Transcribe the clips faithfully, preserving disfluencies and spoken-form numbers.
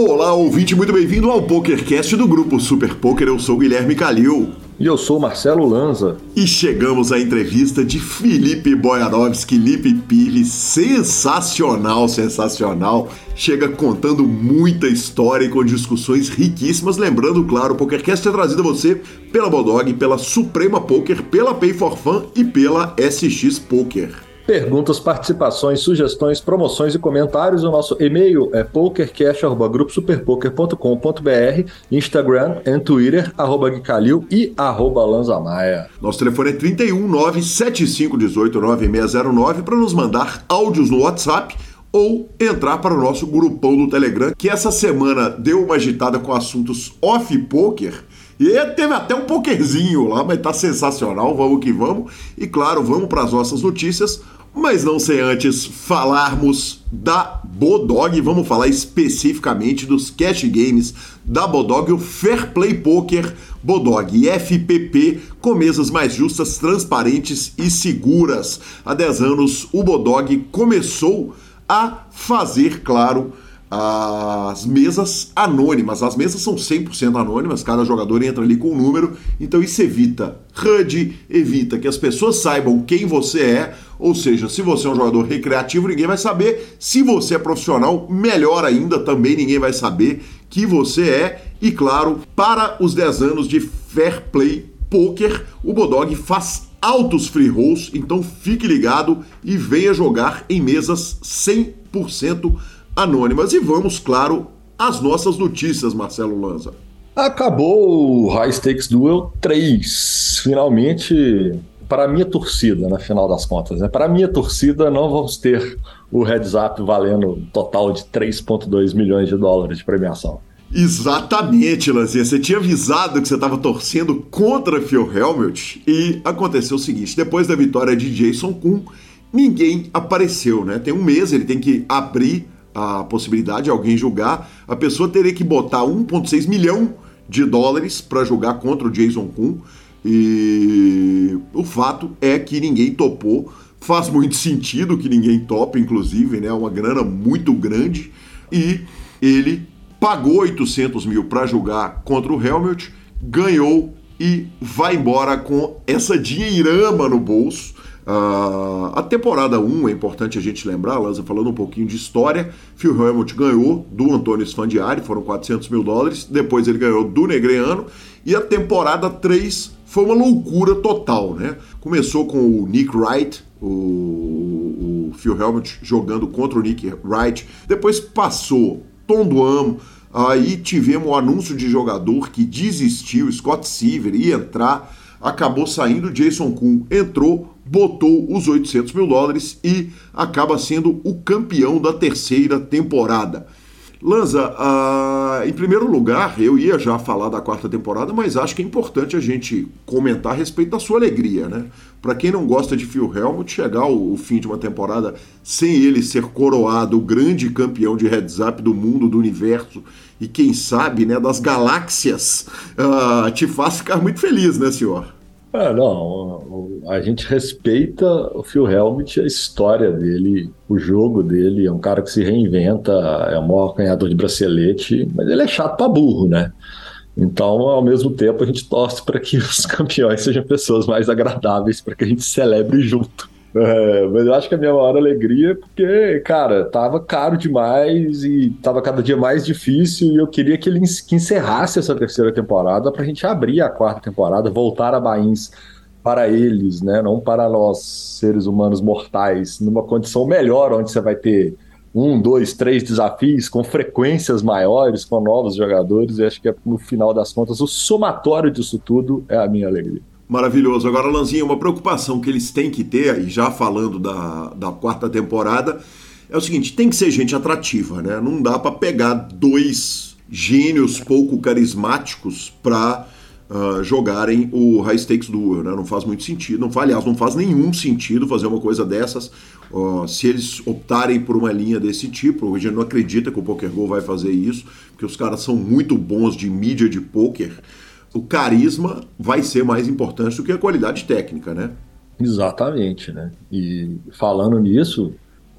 Olá, ouvinte, muito bem-vindo ao PokerCast do Grupo Super Poker. Eu sou o Guilherme Calil. E eu sou o Marcelo Lanza. E chegamos à entrevista de Felipe Boyarovski, Lipe Pires, sensacional, sensacional. Chega contando muita história e com discussões riquíssimas. Lembrando, claro, o PokerCast é trazido a você pela Bodog, pela Suprema Poker, pela Pay for Fun e pela S X Poker. Perguntas, participações, sugestões, promoções e comentários. O nosso e-mail é pokercast arroba grupo superpoker ponto com ponto b r, Instagram e Twitter, arroba guicalil e arroba lanzamaia. Nosso telefone é trinta e um, nove sete cinco um oito, nove seis zero nove para nos mandar áudios no WhatsApp ou entrar para o nosso grupão do Telegram, que essa semana deu uma agitada com assuntos off-poker. E teve até um pokerzinho lá, mas tá sensacional, vamos que vamos. E claro, vamos para as nossas notícias, mas não sem antes falarmos da Bodog. Vamos falar especificamente dos cash games da Bodog, o Fair Play Poker Bodog, F P P, com mesas mais justas, transparentes e seguras. Há dez anos o Bodog começou a fazer, claro, as mesas anônimas. As mesas são cem por cento anônimas, cada jogador entra ali com um número, então isso evita H U D, evita que as pessoas saibam quem você é, ou seja, se você é um jogador recreativo, ninguém vai saber, se você é profissional, melhor ainda, também ninguém vai saber que você é, e claro, para os dez anos de Fair Play Poker, o Bodog faz altos free rolls, então fique ligado e venha jogar em mesas cem por cento anônimas. E vamos, claro, às nossas notícias, Marcelo Lanza. Acabou o High Stakes Duel três. Finalmente, para a minha torcida, na final das contas, né? Para a minha torcida, não vamos ter o heads up valendo um total de três vírgula dois milhões de dólares de premiação. Exatamente, Lanzinha. Você tinha avisado que você estava torcendo contra Phil Hellmuth e aconteceu o seguinte: depois da vitória de Jason Koon, ninguém apareceu, né? Tem um mês, ele tem que abrir a possibilidade de alguém julgar. A pessoa teria que botar um vírgula seis milhão de dólares para jogar contra o Jason Koon, e o fato é que ninguém topou. Faz muito sentido que ninguém tope, inclusive, né? Uma grana muito grande, e ele pagou oitocentos mil para jogar contra o Hellmuth, ganhou e vai embora com essa dinheirama no bolso. Uh, a temporada um, é importante a gente lembrar, Lanza, falando um pouquinho de história, Phil Hellmuth ganhou do Antônio Sfandiari, foram quatrocentos mil dólares, depois ele ganhou do Negreanu, e a temporada três foi uma loucura total, né? Começou com o Nick Wright, o, o Phil Hellmuth jogando contra o Nick Wright, depois passou Tom Duamo, aí tivemos o anúncio de jogador que desistiu, Scott Siever ia entrar, acabou saindo, Jason Koon entrou, botou os oitocentos mil dólares e acaba sendo o campeão da terceira temporada. Lanza, uh, em primeiro lugar, eu ia já falar da quarta temporada, mas acho que é importante a gente comentar a respeito da sua alegria, né? Para quem não gosta de Phil Hellmuth, chegar ao, ao fim de uma temporada sem ele ser coroado o grande campeão de heads up do mundo, do universo e quem sabe, né, das galáxias, uh, te faz ficar muito feliz, né, senhor? Ah, não, a gente respeita o Phil Hellmuth, a história dele, o jogo dele, é um cara que se reinventa, é o maior ganhador de bracelete, mas ele é chato pra burro, né? Então, ao mesmo tempo, a gente torce para que os campeões sejam pessoas mais agradáveis, para que a gente celebre junto. É, mas eu acho que a minha maior alegria é porque, cara, tava caro demais e tava cada dia mais difícil, e eu queria que ele que encerrasse essa terceira temporada pra gente abrir a quarta temporada, voltar a Bains para eles, né? Não para nós, seres humanos mortais, numa condição melhor, onde você vai ter um, dois, três desafios com frequências maiores, com novos jogadores, e acho que no final das contas o somatório disso tudo é a minha alegria. Maravilhoso. Agora, Lanzinha, uma preocupação que eles têm que ter, e já falando da, da quarta temporada, é o seguinte: tem que ser gente atrativa, né? Não dá para pegar dois gênios pouco carismáticos para uh, jogarem o High Stakes Duel, né? Não faz muito sentido, não, aliás, não faz nenhum sentido fazer uma coisa dessas. Uh, se eles optarem por uma linha desse tipo, a gente não acredita que o PokerGo vai fazer isso, porque os caras são muito bons de mídia de poker. O carisma vai ser mais importante do que a qualidade técnica, né? Exatamente, né? E falando nisso,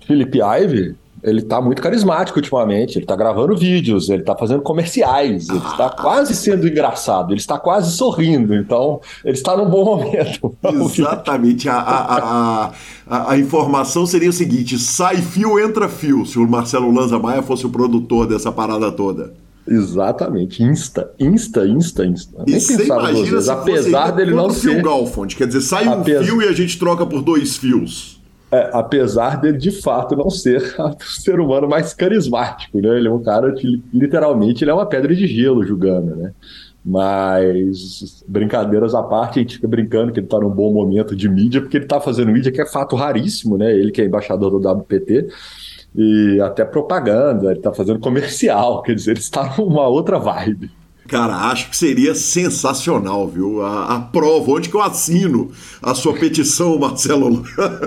Felipe Ivey, ele tá muito carismático ultimamente, ele tá gravando vídeos, ele tá fazendo comerciais, ele está quase sendo engraçado, ele está quase sorrindo, então ele está num bom momento. Exatamente, a, a, a, a, a informação seria o seguinte: sai fio, entra fio, se o Marcelo Lanza Maia fosse o produtor dessa parada toda. Exatamente, insta, insta, insta, insta. E você imagina se apesar dele não ser fio Galfond, quer dizer, sai apesar... um fio e a gente troca por dois fios. É, apesar dele, de fato, não ser o ser humano mais carismático, né? Ele é um cara que, literalmente, ele é uma pedra de gelo jogando, né? Mas, brincadeiras à parte, a gente fica brincando que ele tá num bom momento de mídia, porque ele tá fazendo mídia que é fato raríssimo, né? Ele que é embaixador do W P T, e até propaganda, ele tá fazendo comercial, quer dizer, ele está numa outra vibe. Cara, acho que seria sensacional, viu? A, a prova, onde que eu assino a sua petição, Marcelo?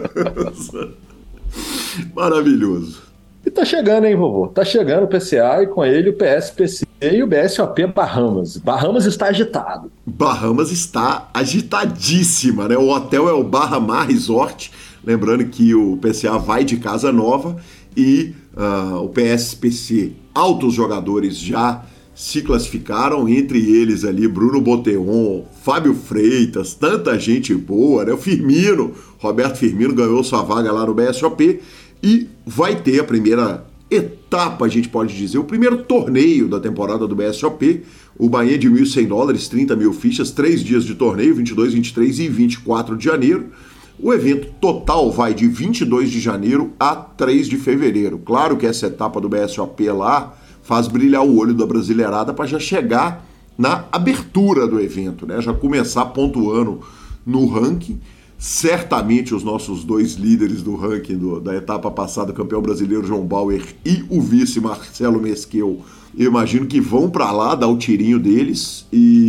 Maravilhoso. E tá chegando, hein, vovô? Tá chegando o P C A e com ele o P S P C e o B S O P Bahamas. Bahamas está agitado. Bahamas está agitadíssima, né? O hotel é o Bahamar Resort. Lembrando que o P C A vai de casa nova e uh, o P S P C, altos jogadores já se classificaram, entre eles ali Bruno Boteon, Fábio Freitas, tanta gente boa, né? O Firmino, Roberto Firmino ganhou sua vaga lá no B S O P e vai ter a primeira etapa, a gente pode dizer, o primeiro torneio da temporada do B S O P, o Bahia de mil e cem dólares, trinta mil fichas, três dias de torneio, vinte e dois, vinte e três e vinte e quatro de janeiro. O evento total vai de vinte e dois de janeiro a três de fevereiro. Claro que essa etapa do B S O P lá faz brilhar o olho da brasileirada para já chegar na abertura do evento, né? Já começar pontuando no ranking. Certamente os nossos dois líderes do ranking do, da etapa passada, o campeão brasileiro João Bauer e o vice Marcelo Mesquel, eu imagino que vão para lá dar o tirinho deles.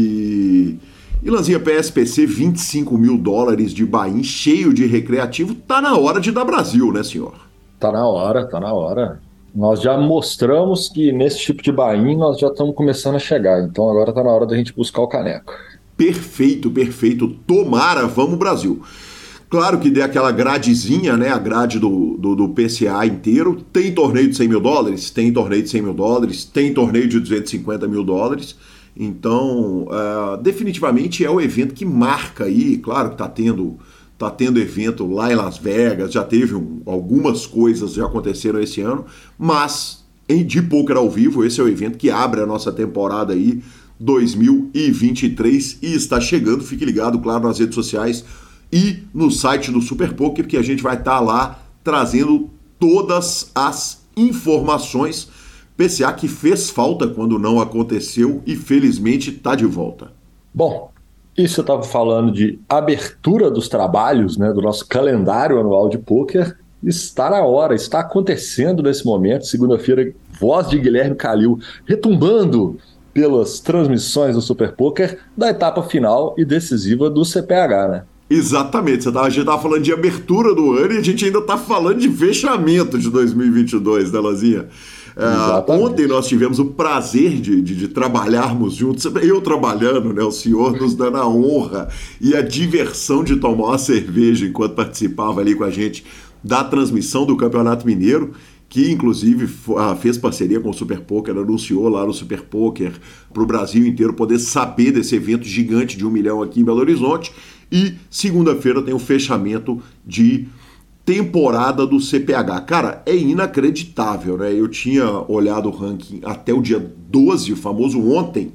E, e Lanzinha, P S P C, vinte e cinco mil dólares de buy-in, cheio de recreativo. Tá na hora de dar Brasil, né, senhor? Tá na hora, tá na hora. Nós já mostramos que nesse tipo de buy-in nós já estamos começando a chegar, então agora está na hora da gente buscar o caneco. Perfeito, perfeito. Tomara, vamos Brasil. Claro que dê aquela gradezinha, né? A grade do, do, do P C A inteiro. Tem torneio de cem mil dólares? Tem torneio de cem mil dólares. Tem torneio de duzentos e cinquenta mil dólares. Então, uh, definitivamente é o evento que marca aí. Claro que está tendo... Tá tendo evento lá em Las Vegas, já teve um, algumas coisas já aconteceram esse ano, mas em de Poker ao vivo, esse é o evento que abre a nossa temporada aí dois mil e vinte e três e está chegando. Fique ligado, claro, nas redes sociais e no site do Super Poker, que a gente vai estar lá trazendo todas as informações. P C A que fez falta quando não aconteceu e felizmente está de volta. Bom, isso eu estava falando de abertura dos trabalhos, né, do nosso calendário anual de pôquer. Está na hora, está acontecendo nesse momento. Segunda-feira, voz de Guilherme Calil retumbando pelas transmissões do Super Poker da etapa final e decisiva do C P H, né? Exatamente, você tava, a gente estava falando de abertura do ano e a gente ainda está falando de fechamento de dois mil e vinte e dois, né, Lazinha? Uh, ontem nós tivemos o prazer de, de, de trabalharmos juntos, eu trabalhando, né, o senhor nos dando a honra e a diversão de tomar uma cerveja enquanto participava ali com a gente da transmissão do Campeonato Mineiro, que inclusive fez parceria com o Super Poker, anunciou lá no Super Poker para o Brasil inteiro poder saber desse evento gigante de um milhão aqui em Belo Horizonte. E segunda-feira tem o fechamento de temporada do C P H. Cara, é inacreditável, né? Eu tinha olhado o ranking até o dia doze, o famoso ontem,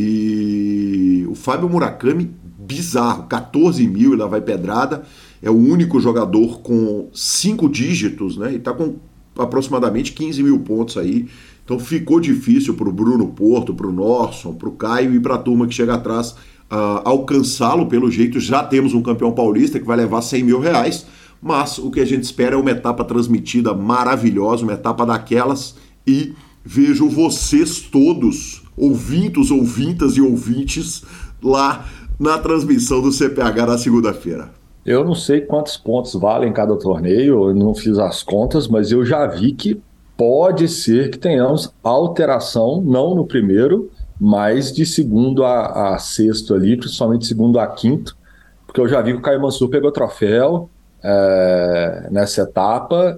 e o Fábio Murakami, bizarro, quatorze mil e lá vai pedrada, é o único jogador com cinco dígitos, né? E tá com aproximadamente quinze mil pontos aí, então ficou difícil pro Bruno Porto, pro Norson, pro Caio e pra turma que chega atrás uh, alcançá-lo. Pelo jeito já temos um campeão paulista que vai levar cem mil reais, mas o que a gente espera é uma etapa transmitida maravilhosa, uma etapa daquelas, e vejo vocês todos, ouvintos, ouvintas e ouvintes, lá na transmissão do C P H na segunda-feira. Eu não sei quantos pontos valem cada torneio, eu não fiz as contas, mas eu já vi que pode ser que tenhamos alteração, não no primeiro, mas de segundo a, a sexto ali, principalmente segundo a quinto, porque eu já vi que o Caio Mansur pegou troféu, é, nessa etapa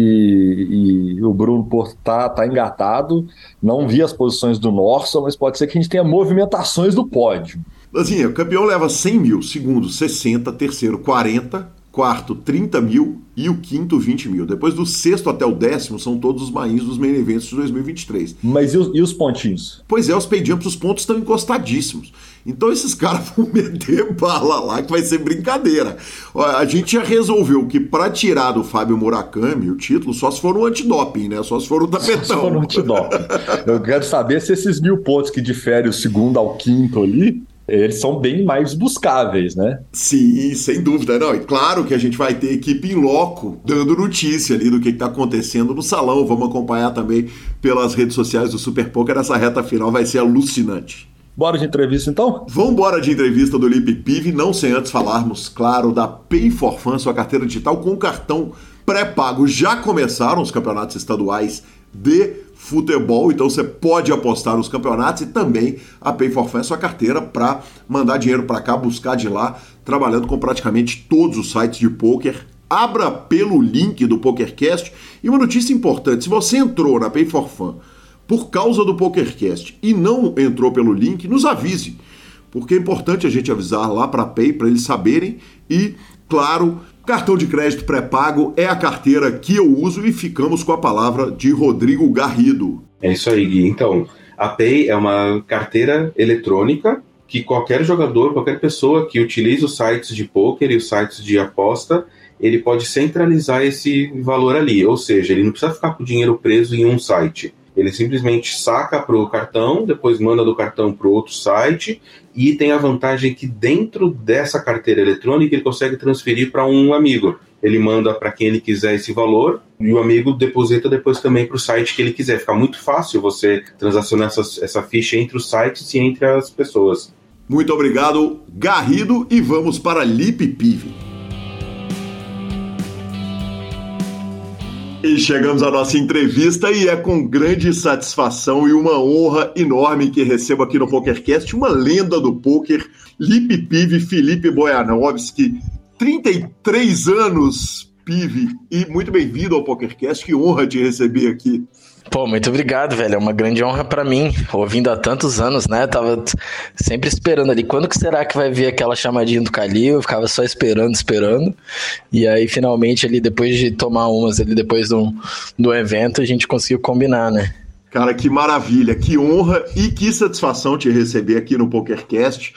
e, e o Bruno Porto tá, tá engatado. Não vi as posições do Norson, mas pode ser que a gente tenha movimentações do pódio. Assim, o campeão leva cem mil, segundo sessenta, terceiro quarenta, quarto trinta mil e o quinto vinte mil. Depois do sexto até o décimo são todos os mains dos main events de dois mil e vinte e três. Mas e os, e os pontinhos? Pois é, os pay jumps, os pontos estão encostadíssimos. Então esses caras vão meter bala lá que vai ser brincadeira. A gente já resolveu que para tirar do Fábio Murakami o título só se for um antidoping, né? Só se for um tapetão. Só se for um antidoping. Eu quero saber se esses mil pontos que diferem o segundo ao quinto ali, eles são bem mais buscáveis, né? Sim, sem dúvida. Não, e claro que a gente vai ter equipe em loco dando notícia ali do que está acontecendo no salão. Vamos acompanhar também pelas redes sociais do Super Poker. Essa reta final vai ser alucinante. Bora de entrevista, então? Vamos embora de entrevista do Lip Pive, não sem antes falarmos, claro, da Pay for Fun, sua carteira digital com cartão pré-pago. Já começaram os campeonatos estaduais de futebol, então você pode apostar nos campeonatos e também a Pay for Fun é sua carteira para mandar dinheiro para cá, buscar de lá, trabalhando com praticamente todos os sites de poker. Abra pelo link do PokerCast. E uma notícia importante, se você entrou na Pay for Fun por causa do PokerCast e não entrou pelo link, nos avise, porque é importante a gente avisar lá para a Pay, para eles saberem. E, claro, cartão de crédito pré-pago é a carteira que eu uso e ficamos com a palavra de Rodrigo Garrido. É isso aí, Gui. Então, a Pay é uma carteira eletrônica que qualquer jogador, qualquer pessoa que utiliza os sites de poker e os sites de aposta, ele pode centralizar esse valor ali, ou seja, ele não precisa ficar com o dinheiro preso em um site. Ele simplesmente saca para o cartão, depois manda do cartão para o outro site e tem a vantagem que dentro dessa carteira eletrônica ele consegue transferir para um amigo. Ele manda para quem ele quiser esse valor e o amigo deposita depois também para o site que ele quiser. Fica muito fácil você transacionar essa, essa ficha entre os sites e entre as pessoas. Muito obrigado, Garrido, e vamos para Lip Pive. E chegamos à nossa entrevista e é com grande satisfação e uma honra enorme que recebo aqui no PokerCast uma lenda do poker, Lip Pive, Felipe Boyanovski, trinta e três anos, Pive, e muito bem-vindo ao PokerCast, que honra te receber aqui. Pô, muito obrigado, velho, é uma grande honra pra mim, ouvindo há tantos anos, né, tava sempre esperando ali, quando que será que vai vir aquela chamadinha do Calil, eu ficava só esperando, esperando, e aí finalmente ali, depois de tomar umas ali, depois do, do evento, a gente conseguiu combinar, né. Cara, que maravilha, que honra e que satisfação te receber aqui no PokerCast,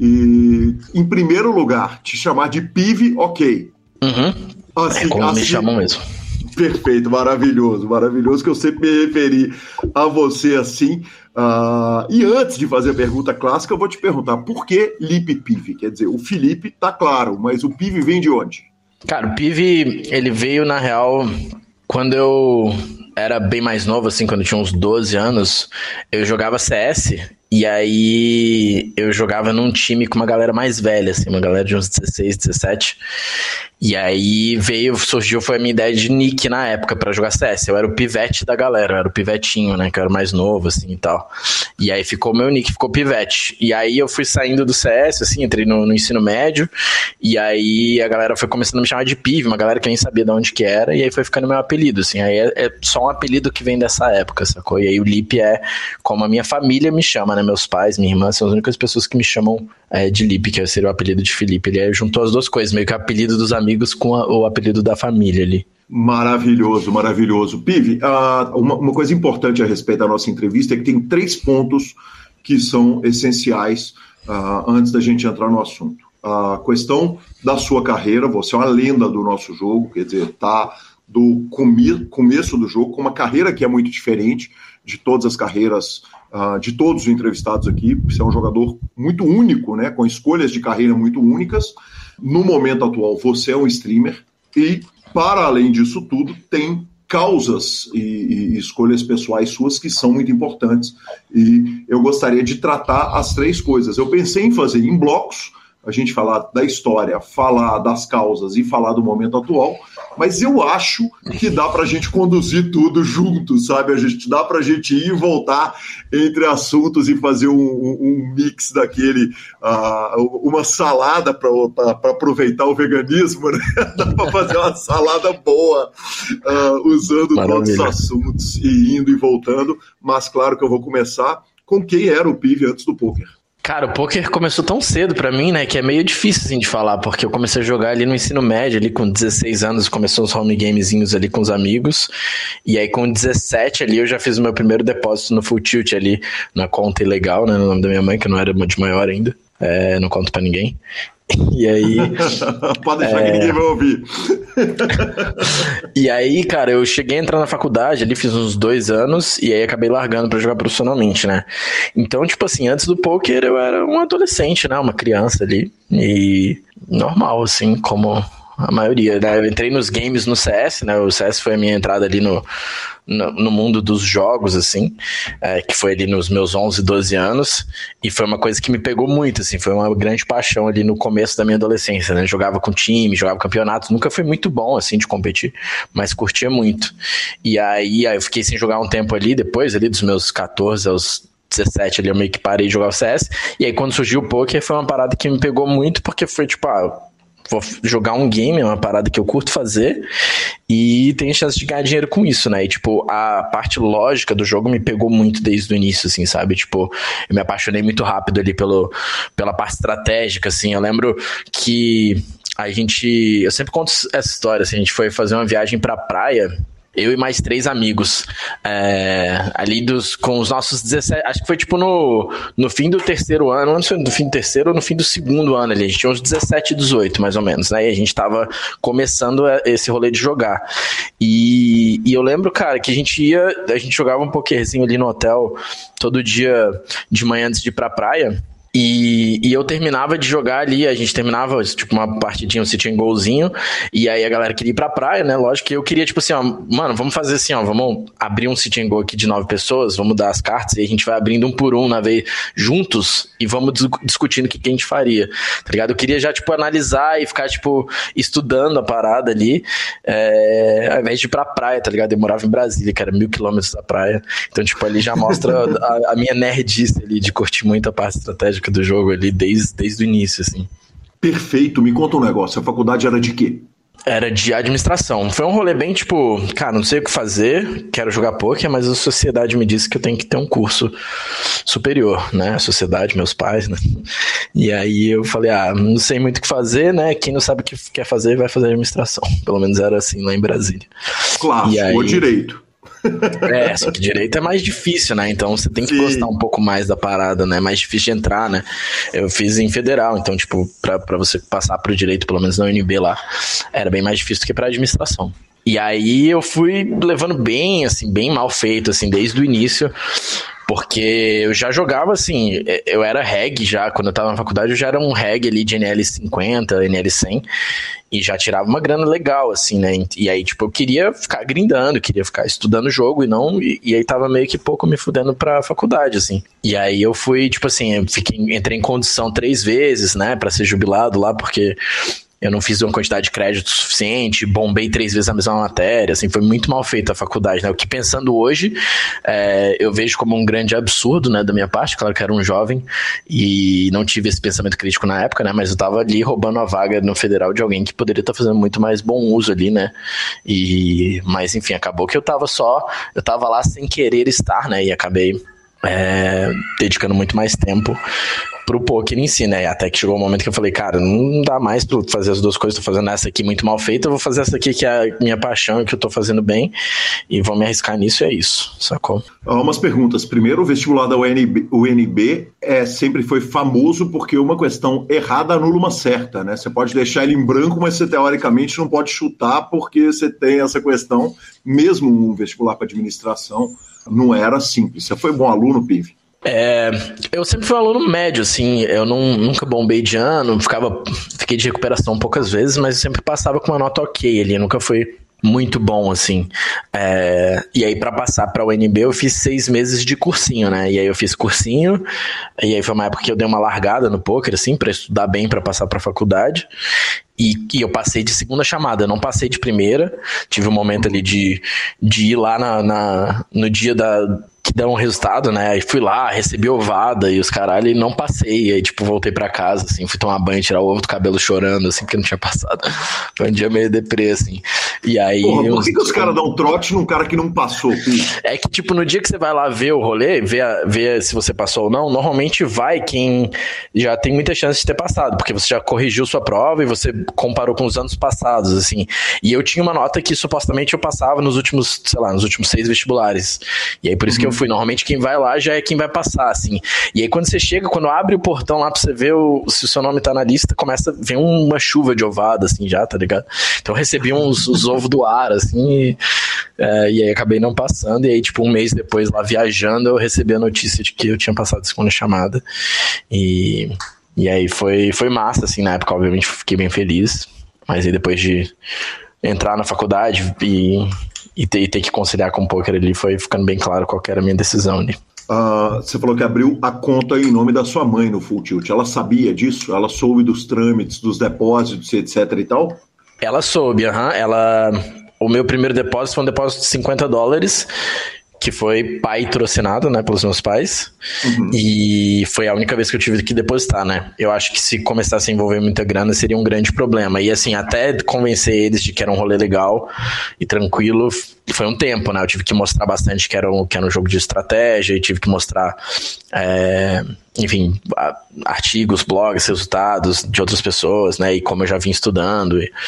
e em primeiro lugar, te chamar de Pive, ok. Uhum, assim, é como assim... me chamam mesmo. Perfeito, maravilhoso, maravilhoso, que eu sempre me referi a você assim. Uh, e antes de fazer a pergunta clássica, eu vou te perguntar, por que Lip Pive? Quer dizer, o Felipe tá claro, mas o Pive vem de onde? Cara, o Pive, ele veio, na real, quando eu era bem mais novo, assim, quando eu tinha uns doze anos, eu jogava C S, e aí eu jogava num time com uma galera mais velha, assim, uma galera de uns dezesseis, dezessete, e aí veio, surgiu, foi a minha ideia de nick na época pra jogar C S, eu era o pivete da galera, eu era o pivetinho, né, que eu era mais novo, assim, e tal, e aí ficou meu nick, ficou pivete, e aí eu fui saindo do C S, assim, entrei no, no ensino médio, e aí a galera foi começando a me chamar de Pive, uma galera que nem sabia de onde que era, e aí foi ficando meu apelido, assim, aí é, é só um apelido que vem dessa época, sacou? E aí o Lip é como a minha família me chama, né? Meus pais, minha irmã são as únicas pessoas que me chamam é, de Lip, que seria o apelido de Felipe. Ele juntou as duas coisas, meio que o apelido dos amigos com a, o apelido da família ali. Maravilhoso, maravilhoso. Pive, uh, uma, uma coisa importante a respeito da nossa entrevista é que tem três pontos que são essenciais uh, antes da gente entrar no assunto. A questão da sua carreira, você é uma lenda do nosso jogo, quer dizer, tá do come- começo do jogo, com uma carreira que é muito diferente de todas as carreiras, uh, de todos os entrevistados aqui. Você é um jogador muito único, né, com escolhas de carreira muito únicas. No momento atual, você é um streamer e, para além disso tudo, tem causas e, e escolhas pessoais suas que são muito importantes. E eu gostaria de tratar as três coisas. Eu pensei em fazer em blocos, a gente falar da história, falar das causas e falar do momento atual, mas eu acho que dá pra gente conduzir tudo junto, sabe? A gente dá pra gente ir e voltar entre assuntos e fazer um, um, um mix daquele, uh, uma salada para aproveitar o veganismo, né? Dá pra fazer uma salada boa, uh, usando Maravilha. Todos os assuntos e indo e voltando, mas claro que eu vou começar com quem era o Pive antes do poker. Cara, o poker começou tão cedo pra mim, né, que é meio difícil, assim, de falar, porque eu comecei a jogar ali no ensino médio, ali com dezesseis anos, começou os home gamezinhos ali com os amigos, e aí com dezessete ali eu já fiz o meu primeiro depósito no Full Tilt ali, na conta ilegal, né, no nome da minha mãe, que eu não era de maior ainda, é, não conto pra ninguém. E aí... Pode deixar é... que ninguém vai ouvir. E aí, cara, eu cheguei a entrar na faculdade ali, fiz uns dois anos, e aí acabei largando pra jogar profissionalmente, né? Então, tipo assim, antes do poker eu era um adolescente, né? Uma criança ali, e normal, assim, como a maioria, né? Eu entrei nos games no C S, né? O C S foi a minha entrada ali no... No, no mundo dos jogos, assim, é, que foi ali nos meus onze, doze anos, e foi uma coisa que me pegou muito, assim, foi uma grande paixão ali no começo da minha adolescência, né, jogava com time, jogava campeonatos, nunca foi muito bom, assim, de competir, mas curtia muito, e aí, aí eu fiquei sem jogar um tempo ali, depois ali dos meus catorze aos dezessete ali, eu meio que parei de jogar o C S, e aí quando surgiu o poker foi uma parada que me pegou muito, porque foi tipo, ah, vou jogar um game, é uma parada que eu curto fazer e tenho chance de ganhar dinheiro com isso, né? E, tipo, a parte lógica do jogo me pegou muito desde o início, assim, sabe? Tipo, eu me apaixonei muito rápido ali pelo, pela parte estratégica, assim. Eu lembro que a gente... Eu sempre conto essa história, assim, a gente foi fazer uma viagem pra praia... Eu e mais três amigos, é, ali dos, com os nossos dezessete, acho que foi tipo no, no fim do terceiro ano, não sei, no fim do terceiro ou no fim do segundo ano ali, a gente tinha uns dezessete, dezoito mais ou menos, né, e a gente tava começando esse rolê de jogar, e, e eu lembro, cara, que a gente ia, a gente jogava um pokerzinho ali no hotel, todo dia de manhã antes de ir pra praia, E, e eu terminava de jogar ali, a gente terminava, tipo, uma partidinha, um sit and gozinho, e aí a galera queria ir pra praia, né, lógico que eu queria, tipo assim, ó, mano, vamos fazer assim, ó, vamos abrir um sit and go aqui de nove pessoas, vamos dar as cartas, e a gente vai abrindo um por um na vez, juntos, e vamos dis- discutindo o que, que a gente faria, tá ligado? Eu queria já, tipo, analisar e ficar, tipo, estudando a parada ali, é, ao invés de ir pra praia, tá ligado? Eu morava em Brasília, que era mil quilômetros da praia, então, tipo, ali já mostra a, a minha nerdice ali, de curtir muito a parte estratégica do jogo ali desde, desde o início, assim. Perfeito, me conta um negócio, a faculdade era de quê? Era de administração. Foi um rolê bem tipo, cara, não sei o que fazer, quero jogar poker, mas a sociedade me disse que eu tenho que ter um curso superior, né? A sociedade, meus pais, né? E aí eu falei, ah, não sei muito o que fazer, né? Quem não sabe o que quer fazer vai fazer administração. Pelo menos era assim lá em Brasília. Claro, e aí... o direito. É, só que direito é mais difícil, né? Então você tem que Sim. gostar um pouco mais da parada, né? É mais difícil de entrar, né? Eu fiz em federal, então, tipo, pra, pra você passar pro direito, pelo menos na U N B lá, era bem mais difícil do que pra administração. E aí eu fui levando bem, assim, bem mal feito, assim, desde o início, porque eu já jogava, assim, eu era reg já, quando eu tava na faculdade, eu já era um reg ali de N L cinquenta, N L cem, e já tirava uma grana legal, assim, né, e aí, tipo, eu queria ficar grindando, queria ficar estudando o jogo e não, e, e aí tava meio que pouco me fudendo pra faculdade, assim, e aí eu fui, tipo assim, eu fiquei, entrei em condição três vezes, né, pra ser jubilado lá, porque... eu não fiz uma quantidade de crédito suficiente, bombei três vezes a mesma matéria, assim, foi muito mal feita a faculdade, né, o que pensando hoje, é, eu vejo como um grande absurdo, né, da minha parte, claro que eu era um jovem, e não tive esse pensamento crítico na época, né, mas eu tava ali roubando a vaga no federal de alguém que poderia estar fazendo muito mais bom uso ali, né, e, mas enfim, acabou que eu tava só, eu tava lá sem querer estar, né, e acabei é, dedicando muito mais tempo pro poker em si, né, até que chegou um momento que eu falei, cara, não dá mais pra fazer as duas coisas, tô fazendo essa aqui muito mal feita, eu vou fazer essa aqui que é a minha paixão e que eu tô fazendo bem, e vou me arriscar nisso, e é isso, sacou? Umas perguntas, primeiro, o vestibular da U N B, U N B é, sempre foi famoso porque uma questão errada anula uma certa, né, você pode deixar ele em branco, mas você teoricamente não pode chutar porque você tem essa questão, mesmo um vestibular para administração, não era simples. Você foi bom aluno, Pive? É, eu sempre fui um aluno médio, assim, eu não, nunca bombei de ano, ficava, fiquei de recuperação poucas vezes, mas eu sempre passava com uma nota ok ali, eu nunca fui muito bom, assim. É, e aí, pra passar pra U N B, eu fiz seis meses de cursinho, né? E aí eu fiz cursinho, e aí foi uma época que eu dei uma largada no poker, assim, pra estudar bem pra passar pra faculdade. E, e eu passei de segunda chamada, eu não passei de primeira. Tive um momento ali de, de ir lá na, na, no dia da... que dá um resultado, né? Aí fui lá, recebi ovada e os caralho, e não passei. E aí, tipo, voltei pra casa, assim, fui tomar banho, tirar o ovo do cabelo chorando, assim, porque não tinha passado. Foi um dia meio deprê, assim. E aí... Porra, por uns... que, que os caras dão trote num cara que não passou? É que, tipo, no dia que você vai lá ver o rolê, ver, a, ver se você passou ou não, normalmente vai quem já tem muita chance de ter passado, porque você já corrigiu sua prova e você comparou com os anos passados, assim. E eu tinha uma nota que supostamente eu passava nos últimos, sei lá, nos últimos seis vestibulares. E aí por isso uhum. que eu fui. Normalmente quem vai lá já é quem vai passar, assim. E aí quando você chega, quando abre o portão lá pra você ver o, se o seu nome tá na lista, começa a vir uma chuva de ovada, assim, já, tá ligado? Então eu recebi uns os ovos do ar, assim, e, é, e aí acabei não passando. E aí, tipo, um mês depois, lá viajando, eu recebi a notícia de que eu tinha passado a segunda chamada. E, e aí foi, foi massa, assim, na época, obviamente, fiquei bem feliz. Mas aí depois de entrar na faculdade e, e, ter, e ter que conciliar com o poker ali, foi ficando bem claro qual que era a minha decisão ali. Uh, você falou que abriu a conta em nome da sua mãe no Full Tilt. Ela sabia disso? Ela soube dos trâmites, dos depósitos, etc e tal? Ela soube, aham. Uhum. Ela... O meu primeiro depósito foi um depósito de cinquenta dólares, que foi patrocinado, né, pelos meus pais. Uhum. E foi a única vez que eu tive que depositar, né? Eu acho que se começasse a envolver muita grana seria um grande problema. E assim, até convencer eles de que era um rolê legal e tranquilo, foi um tempo, né? Eu tive que mostrar bastante que era um, que era um jogo de estratégia, e tive que mostrar, é, enfim, artigos, blogs, resultados de outras pessoas, né? E como eu já vim estudando. E,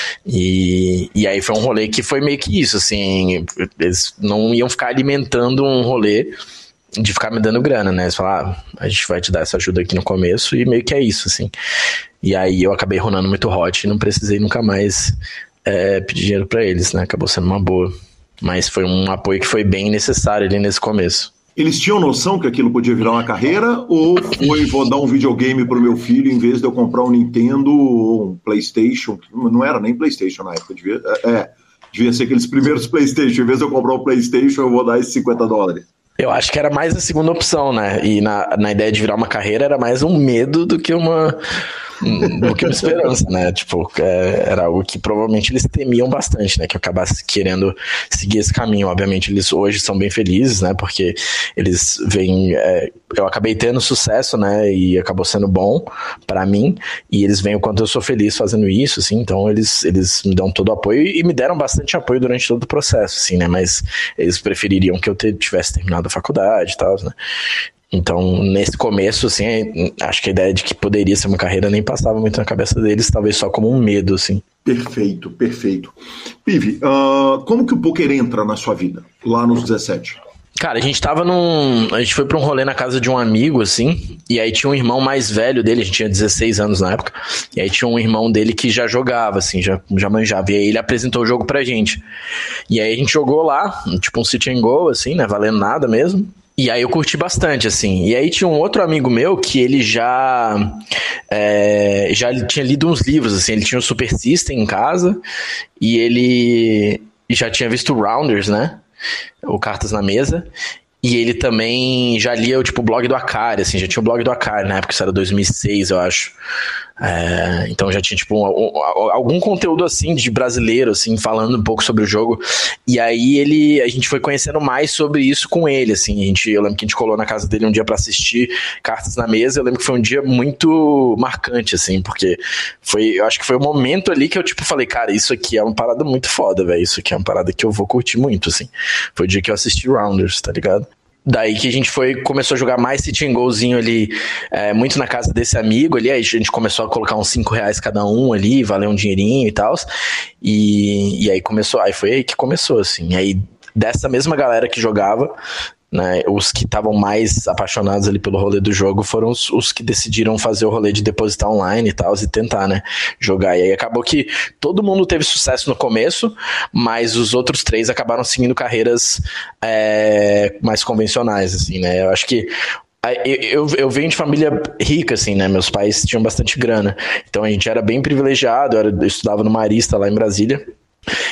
e, e aí foi um rolê que foi meio que isso, assim, eles não iam ficar alimentando um rolê de ficar me dando grana, né? Eles falaram, ah, a gente vai te dar essa ajuda aqui no começo, e meio que é isso, assim. E aí eu acabei runando muito hot e não precisei nunca mais é, pedir dinheiro pra eles, né? Acabou sendo uma boa. Mas foi um apoio que foi bem necessário ali nesse começo. Eles tinham noção que aquilo podia virar uma carreira, ou foi, vou dar um videogame pro meu filho em vez de eu comprar um Nintendo ou um PlayStation? Não era nem PlayStation na época, devia, é, devia ser aqueles primeiros PlayStation. Em vez de eu comprar um PlayStation, eu vou dar esses cinquenta dólares. Eu acho que era mais a segunda opção, né? E na, na ideia de virar uma carreira era mais um medo do que uma... do que uma esperança, né? Tipo, é, era algo que provavelmente eles temiam bastante, né? Que eu acabasse querendo seguir esse caminho. Obviamente, eles hoje são bem felizes, né? Porque eles veem... É, eu acabei tendo sucesso, né? E acabou sendo bom pra mim. E eles veem o quanto eu sou feliz fazendo isso, assim. Então, eles, eles me dão todo o apoio e me deram bastante apoio durante todo o processo, assim, né? Mas eles prefeririam que eu tivesse terminado a faculdade e tal, né? Então, nesse começo, assim, acho que a ideia de que poderia ser uma carreira nem passava muito na cabeça deles, talvez só como um medo, assim. Perfeito, perfeito. Pive, uh, como que o poker entra na sua vida, lá nos dezessete? Cara, a gente tava num... A gente foi pra um rolê na casa de um amigo, assim, e aí tinha um irmão mais velho dele, a gente tinha dezesseis anos na época, e aí tinha um irmão dele que já jogava, assim, já, já manjava, e aí ele apresentou o jogo pra gente. E aí a gente jogou lá, tipo um sit and go, assim, né, valendo nada mesmo. E aí eu curti bastante, assim. E aí tinha um outro amigo meu que ele já é, já tinha lido uns livros, assim. Ele tinha o Super System em casa e ele já tinha visto Rounders, né? O Cartas na Mesa. E ele também já lia tipo, o blog do Akari, assim. Já tinha o blog do Akari, na época isso era dois mil e seis, eu acho. É, então já tinha tipo um, um, algum conteúdo assim de brasileiro assim falando um pouco sobre o jogo, e aí ele a gente foi conhecendo mais sobre isso com ele, assim. A gente, eu lembro que a gente colou na casa dele um dia pra assistir Cartas na Mesa. Eu lembro que foi um dia muito marcante, assim, porque foi, eu acho que foi o momento ali que eu tipo falei, cara, isso aqui é uma parada muito foda, velho, isso aqui é uma parada que eu vou curtir muito, assim. Foi o dia que eu assisti Rounders, tá ligado? Daí que a gente foi, começou a jogar mais sit and gozinho ali, é, muito na casa desse amigo ali. Aí a gente começou a colocar uns cinco reais cada um ali, valer um dinheirinho e tal. E, e aí começou, aí foi aí que começou, assim. E aí dessa mesma galera que jogava, né, os que estavam mais apaixonados ali pelo rolê do jogo foram os, os que decidiram fazer o rolê de depositar online e tal, e tentar, né, jogar. E aí acabou que todo mundo teve sucesso no começo, mas os outros três acabaram seguindo carreiras é, mais convencionais, assim, né. Eu acho que Eu, eu, eu venho de família rica, assim, né? Meus pais tinham bastante grana. Então a gente era bem privilegiado. Eu, era, eu estudava no Marista lá em Brasília.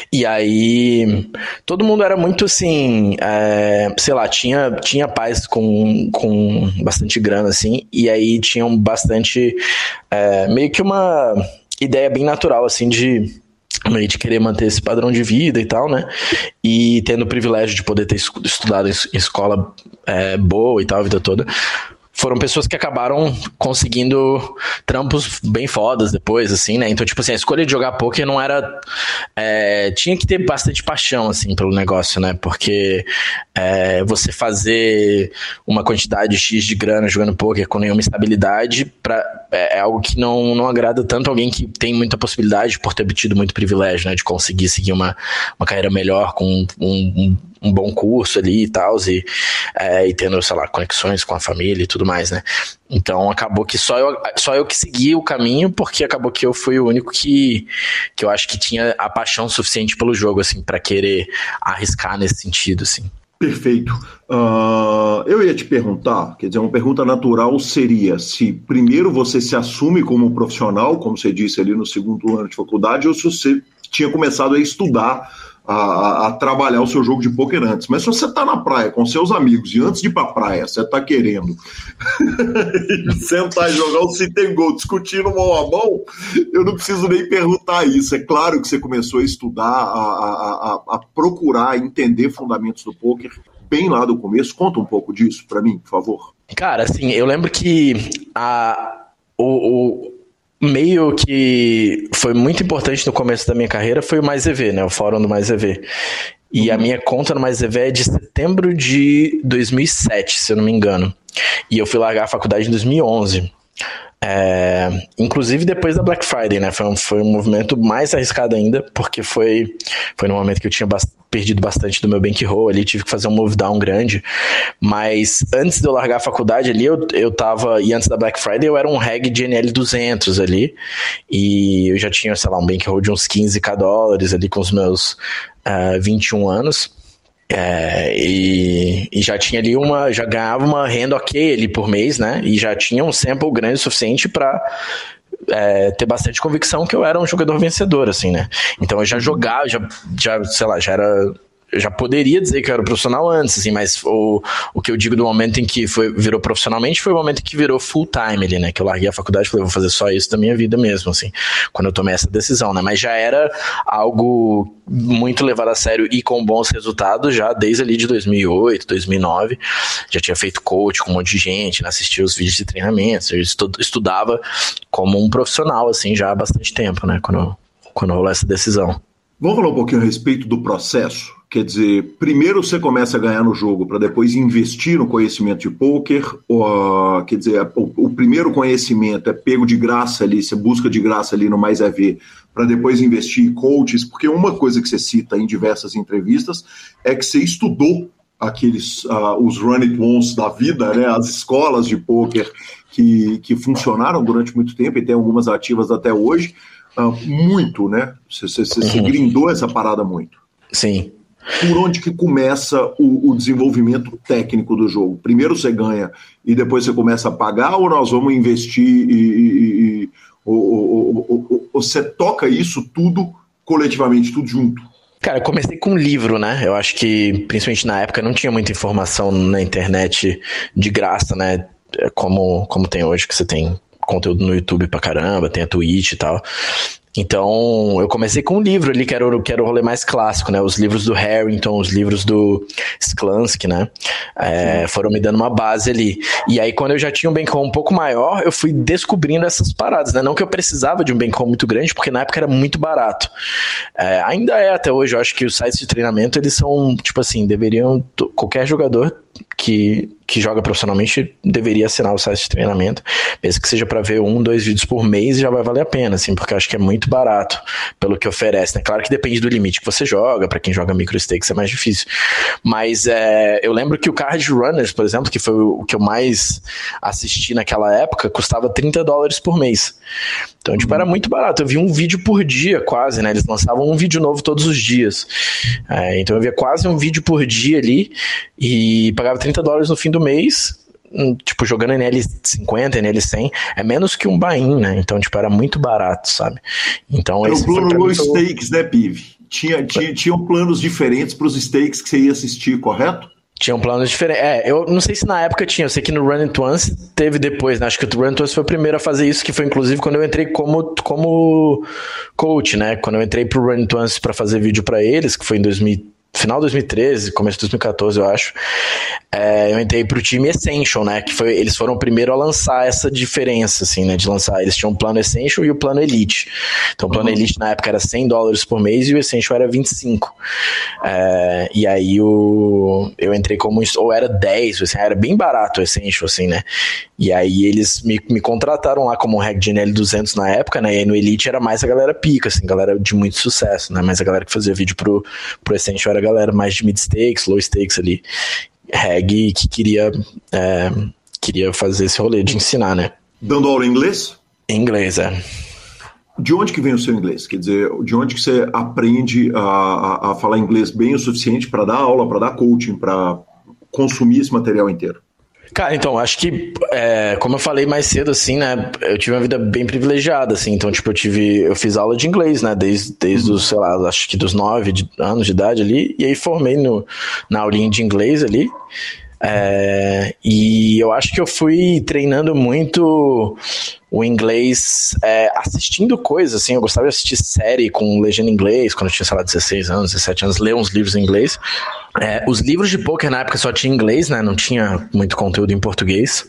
E aí, todo mundo era muito assim, é, sei lá, tinha, tinha pais com, com bastante grana, assim, e aí tinham bastante, é, meio que uma ideia bem natural, assim, de, meio de querer manter esse padrão de vida e tal, né? E tendo o privilégio de poder ter estudado em escola é, boa e tal, a vida toda. Foram pessoas que acabaram conseguindo trampos bem fodas depois, assim, né? Então, tipo assim, a escolha de jogar poker não era... É, tinha que ter bastante paixão, assim, pelo negócio, né? Porque é, você fazer uma quantidade X de grana jogando poker com nenhuma estabilidade pra, é, é algo que não, não agrada tanto alguém que tem muita possibilidade por ter obtido muito privilégio, né? De conseguir seguir uma, uma carreira melhor com um, um, um bom curso ali e tal, e, é, e tendo, sei lá, conexões com a família e tudo mais, né? Então acabou que só eu, só eu que segui o caminho, porque acabou que eu fui o único que, que eu acho que tinha a paixão suficiente pelo jogo, assim, pra querer arriscar nesse sentido, assim. Perfeito. Uh, eu ia te perguntar, quer dizer, uma pergunta natural seria se primeiro você se assume como profissional, como você disse ali no segundo ano de faculdade, ou se você tinha começado a estudar, A, a trabalhar o seu jogo de pôquer antes. Mas se você está na praia com seus amigos e antes de ir para a praia você está querendo sentar e jogar o sit and go discutindo mão a mão, eu não preciso nem perguntar isso. É claro que você começou a estudar, a, a, a, a procurar entender fundamentos do pôquer bem lá do começo. Conta um pouco disso para mim, por favor. Cara, assim, eu lembro que a, o... o... meio que foi muito importante no começo da minha carreira foi o Mais E V, né? O fórum do Mais E V. E uhum. a minha conta no Mais E V é de setembro de dois mil e sete, se eu não me engano. E eu fui largar a faculdade em dois mil e onze. É, inclusive depois da Black Friday, né? Foi um, foi um movimento mais arriscado ainda, porque foi, foi no momento que eu tinha bast- perdido bastante do meu bankroll ali, tive que fazer um move down grande. Mas antes de eu largar a faculdade ali, eu, eu tava, e antes da Black Friday eu era um reg de N L duzentos ali, e eu já tinha, sei lá, um bankroll de uns quinze mil dólares ali com os meus uh, vinte e um anos. É, e, e já tinha ali uma, já ganhava uma renda ok ali por mês, né? E já tinha um sample grande o suficiente para é, ter bastante convicção que eu era um jogador vencedor, assim, né? Então eu já jogava, já, já sei lá, já era... Eu já poderia dizer que eu era profissional antes, assim, mas o, o que eu digo do momento em que foi, virou profissionalmente foi o momento em que virou full time ali, né? Que eu larguei a faculdade e falei, vou fazer só isso da minha vida mesmo, assim, quando eu tomei essa decisão, né? Mas já era algo muito levado a sério e com bons resultados já desde ali de dois mil e oito, dois mil e nove. Já tinha feito coach com um monte de gente, né? Assistia os vídeos de treinamento, eu estudava como um profissional, assim, já há bastante tempo, né? Quando, quando rolou essa decisão. Vamos falar um pouquinho a respeito do processo? Quer dizer, primeiro você começa a ganhar no jogo para depois investir no conhecimento de pôquer, ou, quer dizer, o, o primeiro conhecimento é pego de graça ali, você busca de graça ali no Mais E V, para depois investir em coaches, porque uma coisa que você cita em diversas entrevistas é que você estudou aqueles, uh, os run it once da vida, né, as escolas de pôquer que, que funcionaram durante muito tempo e tem algumas ativas até hoje, uh, muito, né? Você, você, você uhum. grindou essa parada muito. Sim. Por onde que começa o, o desenvolvimento técnico do jogo? Primeiro você ganha e depois você começa a pagar, ou nós vamos investir e, e, e ou, ou, ou, ou, ou você toca isso tudo coletivamente, tudo junto? Cara, eu comecei com um livro, né? Eu acho que, principalmente na época, não tinha muita informação na internet de graça, né? Como, como tem hoje, que você tem conteúdo no YouTube pra caramba, tem a Twitch e tal. Então, eu comecei com um livro ali, que era, o, que era o rolê mais clássico, né? Os livros do Harrington, os livros do Sklansky, né? É, foram me dando uma base ali. E aí, quando eu já tinha um bankroll um pouco maior, eu fui descobrindo essas paradas, né? Não que eu precisava de um bankroll muito grande, porque na época era muito barato. É, ainda é até hoje, eu acho que os sites de treinamento, eles são, tipo assim, deveriam... Qualquer jogador que, que joga profissionalmente deveria assinar o site de treinamento, mesmo que seja para ver um, dois vídeos por mês, já vai valer a pena, assim, porque eu acho que é muito barato pelo que oferece, né? Claro que depende do limite que você joga, para quem joga micro stakes é mais difícil, mas é, eu lembro que o Card Runners, por exemplo, que foi o que eu mais assisti naquela época, custava trinta dólares por mês. Então, tipo, era muito barato. Eu vi um vídeo por dia, quase, né? Eles lançavam um vídeo novo todos os dias. É, então, eu via quase um vídeo por dia ali e pagava trinta dólares no fim do mês, tipo, jogando N L cinquenta, N L cem. É menos que um buy-in, né? Então, tipo, era muito barato, sabe? Então, era esse o plano foi low stakes, né, Pive? Tinha, tinha, tinham planos diferentes para os stakes que você ia assistir, correto? Tinha um plano diferente. É, eu não sei se na época tinha, eu sei que no Run It Once teve depois, né? Acho que o Run It Once foi o primeiro a fazer isso, que foi inclusive quando eu entrei como, como coach, né? Quando eu entrei pro Run It Once pra fazer vídeo pra eles, que foi em dois mil, final de dois mil e treze, começo de dois mil e quatorze, eu acho. É, eu entrei pro time Essential, né? Que foi, eles foram o primeiro a lançar essa diferença, assim, né? De lançar, eles tinham o plano Essential e o plano Elite. Então o plano uhum. Elite na época era cem dólares por mês e o Essential era vinte e cinco. É, e aí o, eu entrei como, ou era dez, assim, era bem barato o Essential, assim, né? E aí eles me, me contrataram lá como Reg G N L duzentos na época, né? E aí no Elite era mais a galera pica, assim, galera de muito sucesso, né? Mas a galera que fazia vídeo pro, pro Essential era a galera mais de mid stakes, low stakes ali. Reg que queria, é, queria fazer esse rolê de ensinar, né? Dando aula em inglês? Em inglês, é. De onde que vem o seu inglês? Quer dizer, de onde que você aprende a, a, a falar inglês bem o suficiente para dar aula, para dar coaching, para consumir esse material inteiro? Cara, então, acho que, é, como eu falei mais cedo, assim, né, eu tive uma vida bem privilegiada, assim, então, tipo, eu tive, eu fiz aula de inglês, né, desde, desde uhum. os, sei lá, acho que dos nove de, anos de idade ali, e aí formei no, na aulinha de inglês ali, é, e eu acho que eu fui treinando muito o inglês é, assistindo coisas, assim, eu gostava de assistir série com legenda em inglês, quando eu tinha, sei lá, dezesseis anos, dezessete anos, ler uns livros em inglês. É, os livros de poker na época só tinha inglês, né, não tinha muito conteúdo em português,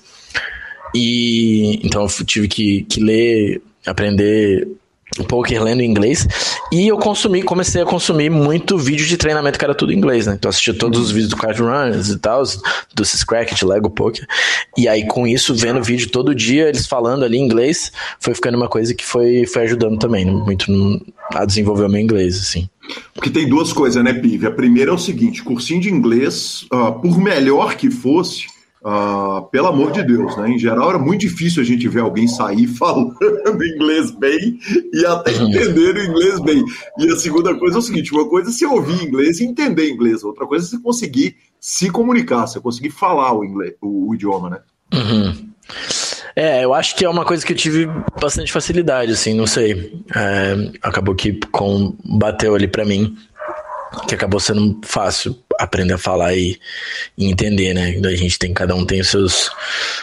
e então eu tive que, que ler, aprender poker lendo em inglês, e eu consumi, comecei a consumir muito vídeo de treinamento que era tudo em inglês, né, então eu assistia todos os vídeos do Card Runners e tal, do Syscracket, Lego Poker, e aí com isso, vendo vídeo todo dia, eles falando ali em inglês, foi ficando uma coisa que foi, foi ajudando também, muito no, a desenvolver o meu inglês, assim. Porque tem duas coisas, né, Pive? A primeira é o seguinte, cursinho de inglês, uh, por melhor que fosse, uh, pelo amor de Deus, né? Em geral era muito difícil a gente ver alguém sair falando inglês bem e até entender o inglês bem. E a segunda coisa é o seguinte, uma coisa é você ouvir inglês e entender inglês, outra coisa é você conseguir se comunicar, você conseguir falar o, inglês, o, o idioma, né? Uhum. É, eu acho que é uma coisa que eu tive bastante facilidade, assim, não sei. É, acabou que com, bateu ali pra mim, que acabou sendo fácil aprender a falar e, e entender, né? A gente tem, cada um tem os seus,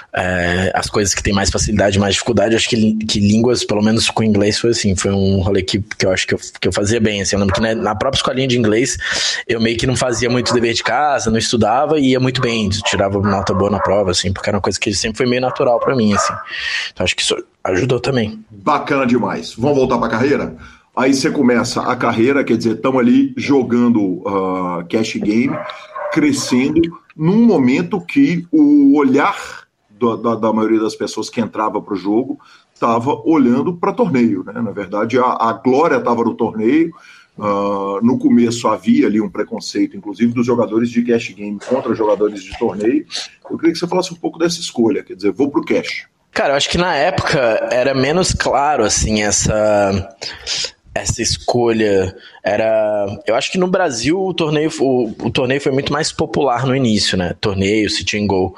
é, as coisas que tem mais facilidade, mais dificuldade. Eu acho que, que línguas, pelo menos com inglês, foi assim, foi um rolê que, que eu acho que eu, que eu fazia bem, assim. Eu lembro que na, na própria escolinha de inglês, eu meio que não fazia muito dever de casa, não estudava e ia muito bem, tirava nota boa na prova, assim, porque era uma coisa que sempre foi meio natural pra mim, assim. Então acho que isso ajudou também. Bacana demais. Vamos voltar pra carreira? Aí você começa a carreira, quer dizer, estamos ali jogando uh, cash game, crescendo, num momento que o olhar do, da, da maioria das pessoas que entrava para o jogo estava olhando para torneio, né? Na verdade, a, a glória estava no torneio. Uh, no começo havia ali um preconceito, inclusive dos jogadores de cash game contra jogadores de torneio. Eu queria que você falasse um pouco dessa escolha, quer dizer, vou para o cash. Cara, eu acho que na época era menos claro, assim, essa... essa escolha era... Eu acho que no Brasil o torneio, o, o torneio foi muito mais popular no início, né? Torneio, Sit and Go.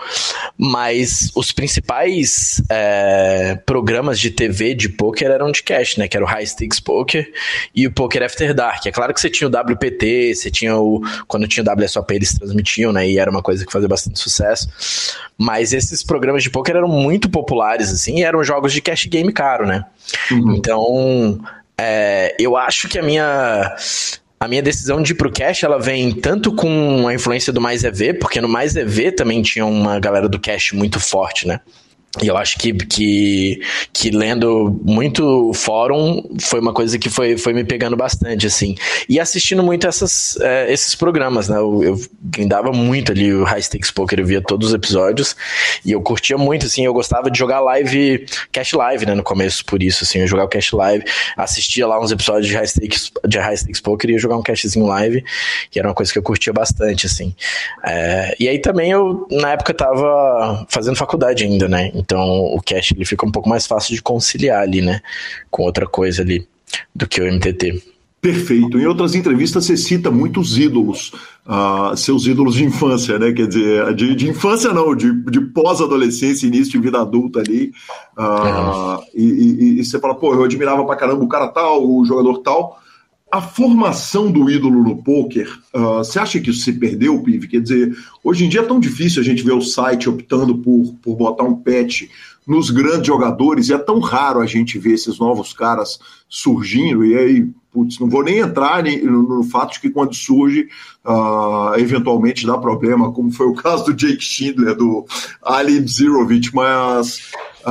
Mas os principais é, programas de T V de poker eram de cash, né? Que era o High Stakes Poker e o Poker After Dark. É claro que você tinha o W P T, você tinha o... Quando tinha o W S O P eles transmitiam, né? E era uma coisa que fazia bastante sucesso. Mas esses programas de poker eram muito populares, assim, e eram jogos de cash game caro, né? Uhum. Então... É, eu acho que a minha, a minha decisão de ir pro cash, ela vem tanto com a influência do Mais E V, porque no Mais E V também tinha uma galera do cash muito forte, né? E eu acho que, que, que lendo muito fórum foi uma coisa que foi, foi me pegando bastante, assim. E assistindo muito essas, é, esses programas, né? Eu, eu grindava muito ali o High Stakes Poker, eu via todos os episódios e eu curtia muito, assim. Eu gostava de jogar live, cash live, né? No começo, por isso, assim. Eu jogava o cash live, assistia lá uns episódios de High Stakes, de High Stakes Poker e ia jogar um cashzinho live, que era uma coisa que eu curtia bastante, assim. É, e aí também eu, na época, tava fazendo faculdade ainda, né? Então o cash ele fica um pouco mais fácil de conciliar ali, né, com outra coisa ali do que o M T T. Perfeito. Em outras entrevistas você cita muitos ídolos, uh, seus ídolos de infância, né? Quer dizer, de, de infância não, de, de pós-adolescência, início de vida adulta ali. Uh, uhum. e, e, e você fala, pô, eu admirava pra caramba o cara tal, o jogador tal. A formação do ídolo no poker, uh, você acha que isso se perdeu, Pive? Quer dizer, hoje em dia é tão difícil a gente ver o site optando por, por botar um patch nos grandes jogadores, e é tão raro a gente ver esses novos caras surgindo, e aí, putz, não vou nem entrar no, no fato de que quando surge, uh, eventualmente dá problema, como foi o caso do Jake Schindler, do Ali Mzirovic, mas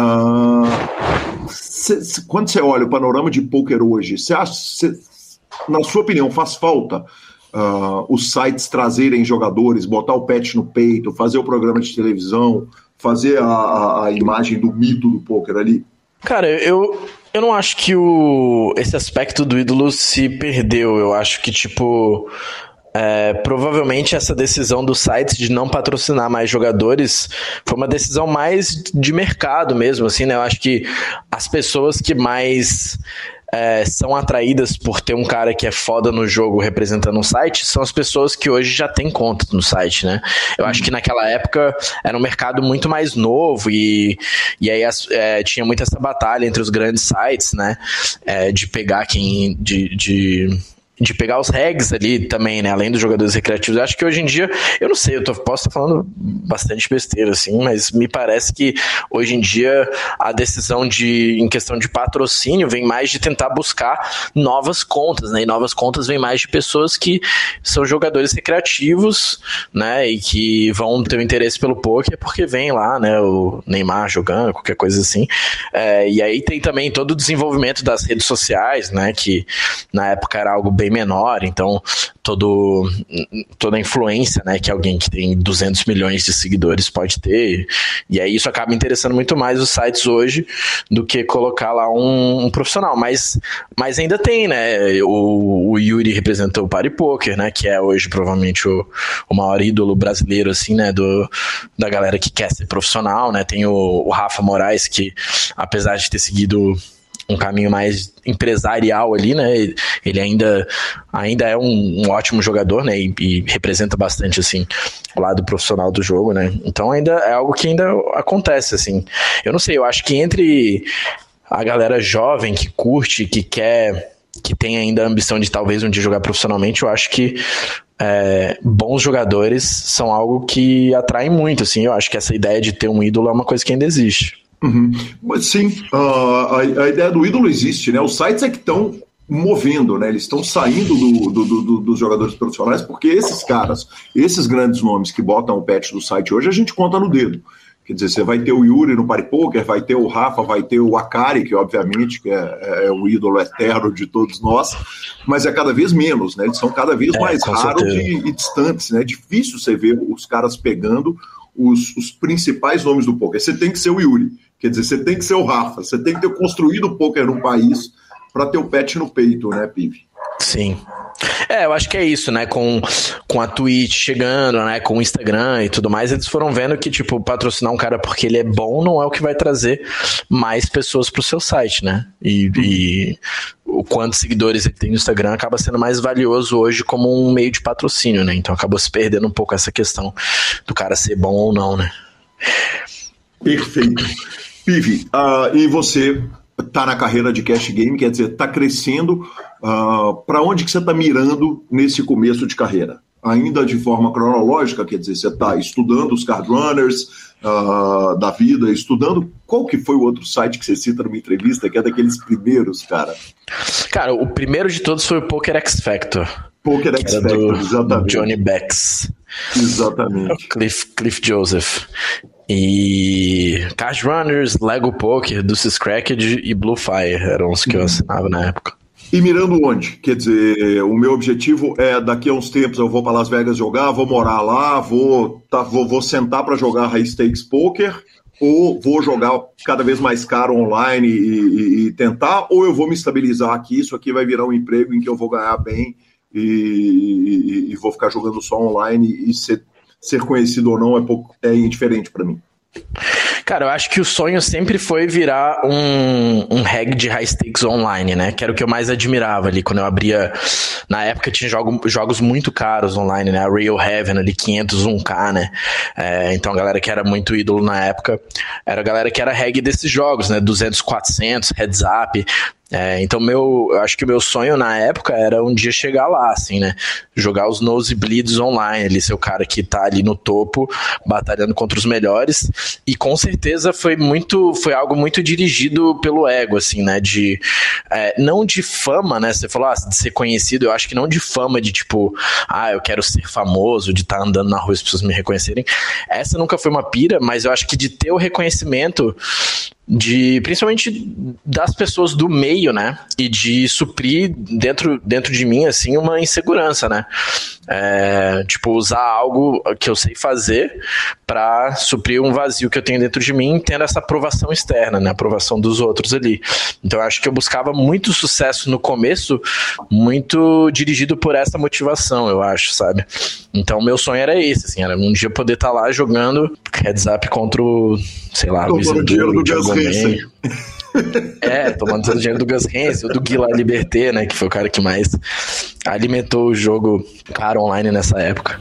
uh, cê, cê, quando você olha o panorama de poker hoje, você acha... Cê, na sua opinião, faz falta uh, os sites trazerem jogadores, botar o patch no peito, fazer o programa de televisão, fazer a, a, a imagem do mito do poker ali? Cara, eu, eu não acho que o, esse aspecto do ídolo se perdeu. Eu acho que, tipo... É, provavelmente essa decisão dos sites de não patrocinar mais jogadores foi uma decisão mais de mercado mesmo, assim, né? Eu acho que as pessoas que mais é, são atraídas por ter um cara que é foda no jogo representando um site são as pessoas que hoje já têm conta no site, né? Eu acho que naquela época era um mercado muito mais novo e, e aí as, é, tinha muito essa batalha entre os grandes sites, né? É, de pegar quem... de, de de pegar os regs ali também, né, além dos jogadores recreativos. Eu acho que hoje em dia, eu não sei, eu tô, posso estar falando bastante besteira, assim, mas me parece que hoje em dia a decisão de, em questão de patrocínio vem mais de tentar buscar novas contas, né, e novas contas vem mais de pessoas que são jogadores recreativos, né, e que vão ter um interesse pelo poker porque vem lá, né, o Neymar jogando, qualquer coisa assim, é, e aí tem também todo o desenvolvimento das redes sociais, né, que na época era algo bem menor, então todo, toda a influência, né, que alguém que tem duzentos milhões de seguidores pode ter, e aí isso acaba interessando muito mais os sites hoje do que colocar lá um, um profissional, mas, mas ainda tem, né, o, o Yuri representou o Party Poker, né, que é hoje provavelmente o, o maior ídolo brasileiro, assim, né, do, da galera que quer ser profissional, né, tem o, o Rafa Moraes, que apesar de ter seguido um caminho mais empresarial ali, né, ele ainda, ainda é um, um ótimo jogador, né, e, e representa bastante, assim, o lado profissional do jogo, né, então ainda é algo que ainda acontece, assim, eu não sei, eu acho que entre a galera jovem que curte, que quer, que tem ainda a ambição de talvez um dia jogar profissionalmente, eu acho que é, bons jogadores são algo que atrai muito, assim, eu acho que essa ideia de ter um ídolo é uma coisa que ainda existe. Uhum. Sim, uh, a, a ideia do ídolo existe, né? Os sites é que estão movendo, né? Eles estão saindo do, do, do, dos jogadores profissionais, porque esses caras, esses grandes nomes que botam o patch do site hoje, a gente conta no dedo. Quer dizer, você vai ter o Yuri no Party Poker, vai ter o Rafa, vai ter o Akari, que obviamente que é, é o ídolo eterno de todos nós, mas é cada vez menos, né? Eles são cada vez é, mais raros e, e distantes, né? É difícil você ver os caras pegando os, os principais nomes do poker. Você tem que ser o Yuri. Quer dizer, você tem que ser o Rafa, você tem que ter construído o poker no país para ter o patch no peito, né, Pive? Sim. É, eu acho que é isso, né, com, com a Twitch chegando, né, com o Instagram e tudo mais, eles foram vendo que, tipo, patrocinar um cara porque ele é bom não é o que vai trazer mais pessoas pro seu site, né, e, uhum. e o quantos seguidores ele tem no Instagram acaba sendo mais valioso hoje como um meio de patrocínio, né, então acabou se perdendo um pouco essa questão do cara ser bom ou não, né. Perfeito. Pive, uh, e você está na carreira de cash game, quer dizer, está crescendo, uh, para onde que você está mirando nesse começo de carreira? Ainda de forma cronológica, quer dizer, você está estudando os card runners uh, da vida, estudando, qual que foi o outro site que você cita numa entrevista, que é daqueles primeiros, cara? Cara, o primeiro de todos foi o Poker X Factor. Poker X Factor, exatamente. Johnny Becks. Exatamente. Cliff, Cliff Joseph. E Card Runners, Lego Poker, Deuces Cracked e Blue Fire eram os que eu assinava na época. E mirando onde? Quer dizer, o meu objetivo é daqui a uns tempos eu vou para Las Vegas jogar, vou morar lá, vou, tá, vou, vou sentar para jogar High Stakes Poker, ou vou jogar cada vez mais caro online e, e, e tentar, ou eu vou me estabilizar aqui, isso aqui vai virar um emprego em que eu vou ganhar bem e, e, e vou ficar jogando só online e ser ser conhecido ou não é, pouco, é indiferente para mim. Cara, eu acho que o sonho sempre foi virar um, um reg de high stakes online, né? Que era o que eu mais admirava ali, quando eu abria... Na época tinha jogo, jogos muito caros online, né? A Real Heaven ali, quinhentos, um K, né? É, então a galera que era muito ídolo na época era a galera que era reg desses jogos, né? duzentos, quatrocentos, Heads Up. É, então, meu, eu acho que o meu sonho na época era um dia chegar lá, assim, né? Jogar os nosebleeds online, ali, ser o cara que tá ali no topo, batalhando contra os melhores. E com certeza foi muito, foi algo muito dirigido pelo ego, assim, né? De, é, não de fama, né? Você falou, ah, de ser conhecido, eu acho que não de fama, de tipo, ah, eu quero ser famoso, de estar tá andando na rua e as pessoas me reconhecerem. Essa nunca foi uma pira, mas eu acho que de ter o reconhecimento de, principalmente das pessoas do meio, né, e de suprir dentro, dentro de mim, assim, uma insegurança, né, é, tipo, usar algo que eu sei fazer pra suprir um vazio que eu tenho dentro de mim, tendo essa aprovação externa, né, aprovação dos outros ali. Então eu acho que eu buscava muito sucesso no começo, muito dirigido por essa motivação, eu acho, sabe. Então meu sonho era esse, assim, era um dia poder estar lá jogando heads up contra o, sei lá, o dinheiro do Gus Hansen. É, tomando todo o dinheiro do Gus Hansen, do Guilherme Liberté, né, que foi o cara que mais alimentou o jogo cara online nessa época.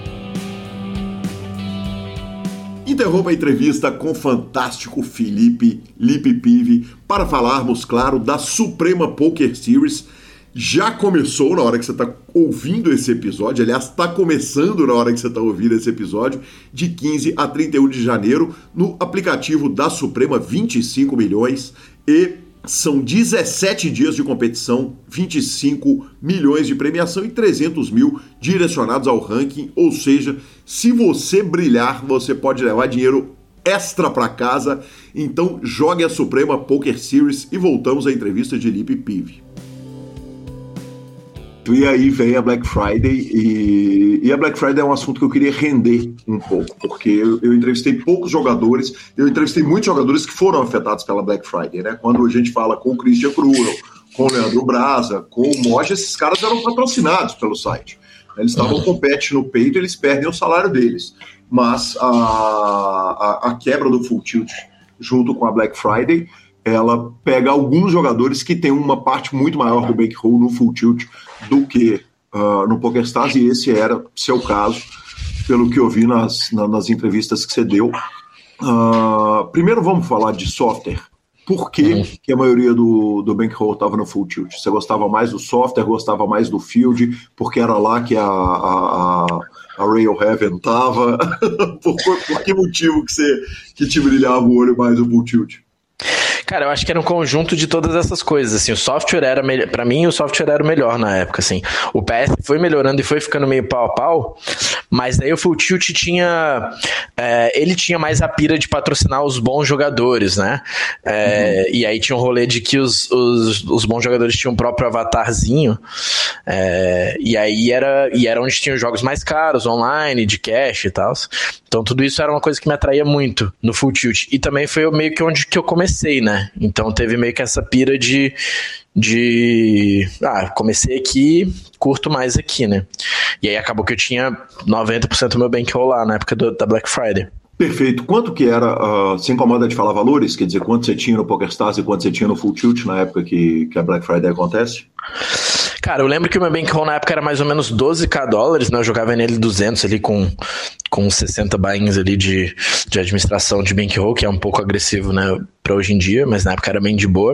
Interrompa a entrevista com o fantástico Felipe Lipe Pive para falarmos, claro, da Suprema Poker Series. Já começou na hora que você está ouvindo esse episódio, aliás, está começando na hora que você está ouvindo esse episódio, de quinze a trinta e um de janeiro, no aplicativo da Suprema, vinte e cinco milhões, e são dezessete dias de competição, vinte e cinco milhões de premiação e trezentos mil direcionados ao ranking, ou seja, se você brilhar, você pode levar dinheiro extra para casa. Então jogue a Suprema Poker Series e voltamos à entrevista de Lipe Pive. E aí vem a Black Friday, e, e a Black Friday é um assunto que eu queria render um pouco, porque eu, eu entrevistei poucos jogadores, eu entrevistei muitos jogadores que foram afetados pela Black Friday, né? Quando a gente fala com o Christian Cruel, com o Leandro Braza, com o Moja, esses caras eram patrocinados pelo site. Eles estavam com o patch no peito, eles perdem o salário deles. Mas a, a, a quebra do Full Tilt junto com a Black Friday, ela pega alguns jogadores que têm uma parte muito maior do bankroll no Full Tilt do que uh, no PokerStars, e esse era seu caso, pelo que eu vi nas, na, nas entrevistas que você deu. Uh, primeiro vamos falar de software. Por que, uhum. que a maioria do, do bankroll estava no Full Tilt? Você gostava mais do software, gostava mais do field, porque era lá que a, a, a Rail Heaven estava? por, por que motivo que, você, que te brilhava o olho mais o Full Tilt? Cara, eu acho que era um conjunto de todas essas coisas, assim, o software era, me... pra mim o software era o melhor na época, assim, o P S foi melhorando e foi ficando meio pau a pau, mas daí o Full Tilt tinha, é, ele tinha mais a pira de patrocinar os bons jogadores, né, é, uhum. E aí tinha um rolê de que os, os, os bons jogadores tinham um próprio avatarzinho, é, e aí era, e era onde tinha os jogos mais caros, online, de cash e tal, então tudo isso era uma coisa que me atraía muito no Full Tilt, e também foi meio que onde que eu comecei, né, então teve meio que essa pira de, de ah, comecei aqui, curto mais aqui, né? E aí acabou que eu tinha noventa por cento do meu bankroll lá na época do, da Black Friday. Perfeito. Quanto que era, uh, sem incomoda de falar valores, quer dizer, quanto você tinha no PokerStars e quanto você tinha no Full Tilt na época que, que a Black Friday acontece? Cara, eu lembro que o meu bankroll na época era mais ou menos doze mil dólares, né? Eu jogava nele duzentos ali com, com sessenta buy-ins ali de, de administração de bankroll, que é um pouco agressivo, né, pra hoje em dia, mas na época era bem de boa.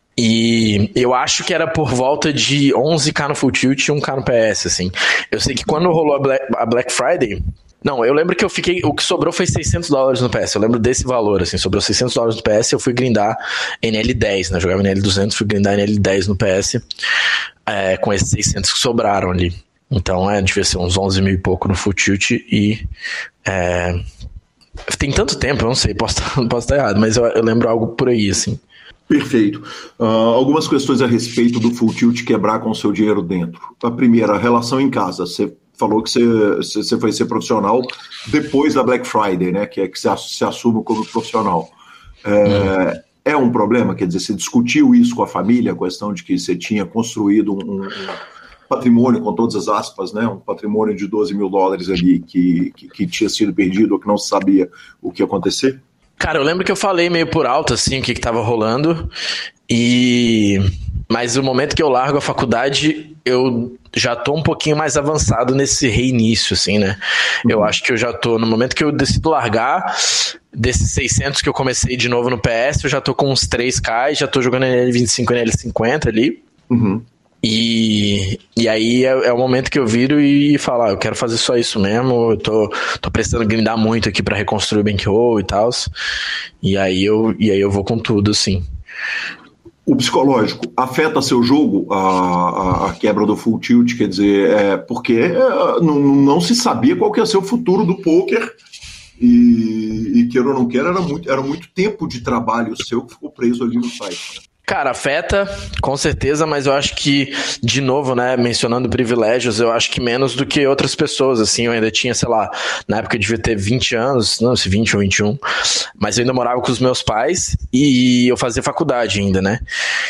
E eu acho que era por volta de onze mil no Full Tilt e um mil no P S, assim. Eu sei que quando rolou a Black, a Black Friday... Não, eu lembro que eu fiquei... O que sobrou foi seiscentos dólares no P S. Eu lembro desse valor, assim. Sobrou seiscentos dólares no P S e eu fui grindar N L dez, né? Eu jogava N L duzentos, fui grindar N L dez no P S é, com esses seiscentos que sobraram ali. Então, é, devia ser uns onze mil e pouco no Full Tilt e... É, tem tanto tempo, eu não sei, posso, posso estar errado, mas eu, eu lembro algo por aí, assim. Perfeito. Uh, algumas questões a respeito do Full Tilt quebrar com o seu dinheiro dentro. A primeira, a relação em casa. Você falou que você, você foi ser profissional depois da Black Friday, né? Que é que você se assume como profissional. É, hum. é um problema? Quer dizer, você discutiu isso com a família, a questão de que você tinha construído um, um patrimônio, com todas as aspas, né? Um patrimônio de doze mil dólares ali que, que, que tinha sido perdido ou que não sabia o que ia acontecer? Cara, eu lembro que eu falei meio por alto, assim, o que que tava rolando, e... Mas o momento que eu largo a faculdade, eu já tô um pouquinho mais avançado nesse reinício, assim, né? Uhum. Eu acho que eu já tô, no momento que eu decido largar, desses seiscentos que eu comecei de novo no P S, eu já tô com uns três K e já tô jogando N L vinte e cinco e N L cinquenta ali. Uhum. E, e aí é, é o momento que eu viro e falo, ah, eu quero fazer só isso mesmo, eu tô, tô precisando grindar muito aqui pra reconstruir o bankroll e tal. E aí eu, e aí eu vou com tudo, assim. O psicológico afeta seu jogo, a, a, a quebra do full tilt, quer dizer, é, porque é, não, não se sabia qual que ia ser o futuro do poker e, e queira ou não queira, era muito, era muito tempo de trabalho seu que ficou preso ali no site. Cara, afeta, com certeza, mas eu acho que, de novo, né, mencionando privilégios, eu acho que menos do que outras pessoas, assim, eu ainda tinha, sei lá, na época eu devia ter vinte anos, não sei, vinte ou vinte e um, mas eu ainda morava com os meus pais e eu fazia faculdade ainda, né,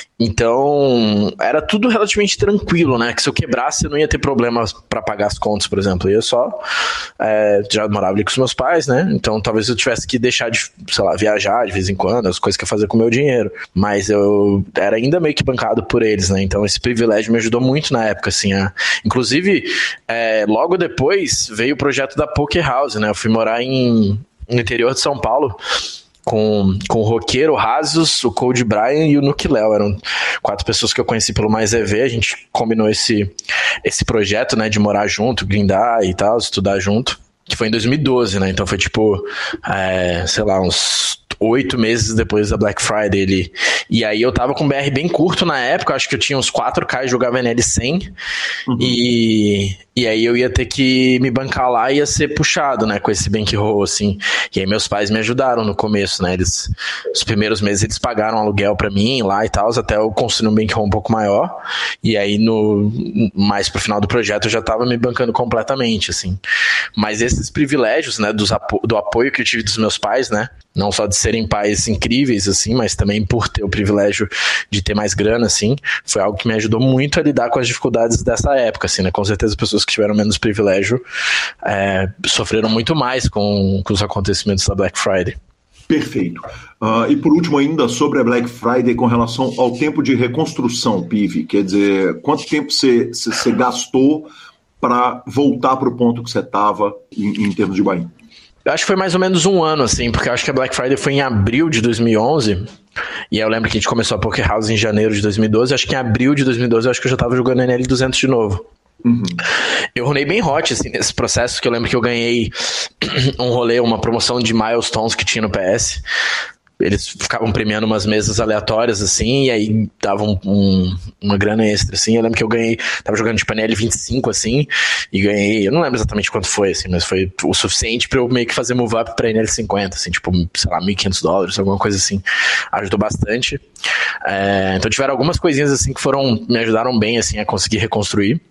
então era tudo relativamente tranquilo, né, que se eu quebrasse eu não ia ter problema pra pagar as contas, por exemplo, eu só é, já morava ali com os meus pais, né, então talvez eu tivesse que deixar de, sei lá, viajar de vez em quando, as coisas que eu fazia com o meu dinheiro, mas eu era ainda meio que bancado por eles, né? Então esse privilégio me ajudou muito na época, assim. A... Inclusive, é, logo depois veio o projeto da Poker House, né? Eu fui morar em, no interior de São Paulo com, com o Roqueiro, o Rasos, o Cold Brian e o Nuke Léo. Eram quatro pessoas que eu conheci pelo Mais E V. A gente combinou esse, esse projeto, né? De morar junto, grindar e tal, estudar junto. Que foi em dois mil e doze, né? Então foi tipo, é, sei lá, uns oito meses depois da Black Friday ali. E aí eu tava com B R bem curto na época, acho que eu tinha uns quatro K e jogava N L cem. Uhum. E, e aí eu ia ter que me bancar lá e ia ser puxado, né, com esse bankroll, assim. E aí meus pais me ajudaram no começo, né, eles, os primeiros meses eles pagaram aluguel pra mim lá e tal, até eu construir um bankroll um pouco maior. E aí no, mais pro final do projeto eu já tava me bancando completamente, assim. Mas esses privilégios, né, dos apo- do apoio que eu tive dos meus pais, né, não só de serem pais incríveis, assim, mas também por ter o privilégio de ter mais grana, assim, foi algo que me ajudou muito a lidar com as dificuldades dessa época, assim, né, com certeza pessoas que tiveram menos privilégio é, sofreram muito mais com, com os acontecimentos da Black Friday. Perfeito. Uh, e por último ainda, sobre a Black Friday com relação ao tempo de reconstrução, Pive, quer dizer, quanto tempo você gastou para voltar para o ponto que você estava em, em termos de buy-in? Eu acho que foi mais ou menos um ano, assim, porque eu acho que a Black Friday foi em abril de dois mil e onze, e aí eu lembro que a gente começou a Poker House em janeiro de dois mil e doze, acho que em abril de dois mil e doze eu acho que eu já tava jogando N L duzentos de novo. Uhum. Eu runei bem hot, assim, nesse processo, que eu lembro que eu ganhei um rolê, uma promoção de milestones que tinha no P S. Eles ficavam premiando umas mesas aleatórias, assim, e aí davam um, um, uma grana extra, assim. Eu lembro que eu ganhei, tava jogando tipo N L vinte e cinco, assim, e ganhei, eu não lembro exatamente quanto foi, assim, mas foi o suficiente pra eu meio que fazer move up pra N L cinquenta, assim, tipo, sei lá, mil e quinhentos dólares, alguma coisa assim. Ajudou bastante. É, então tiveram algumas coisinhas, assim, que foram, me ajudaram bem, assim, a conseguir reconstruir.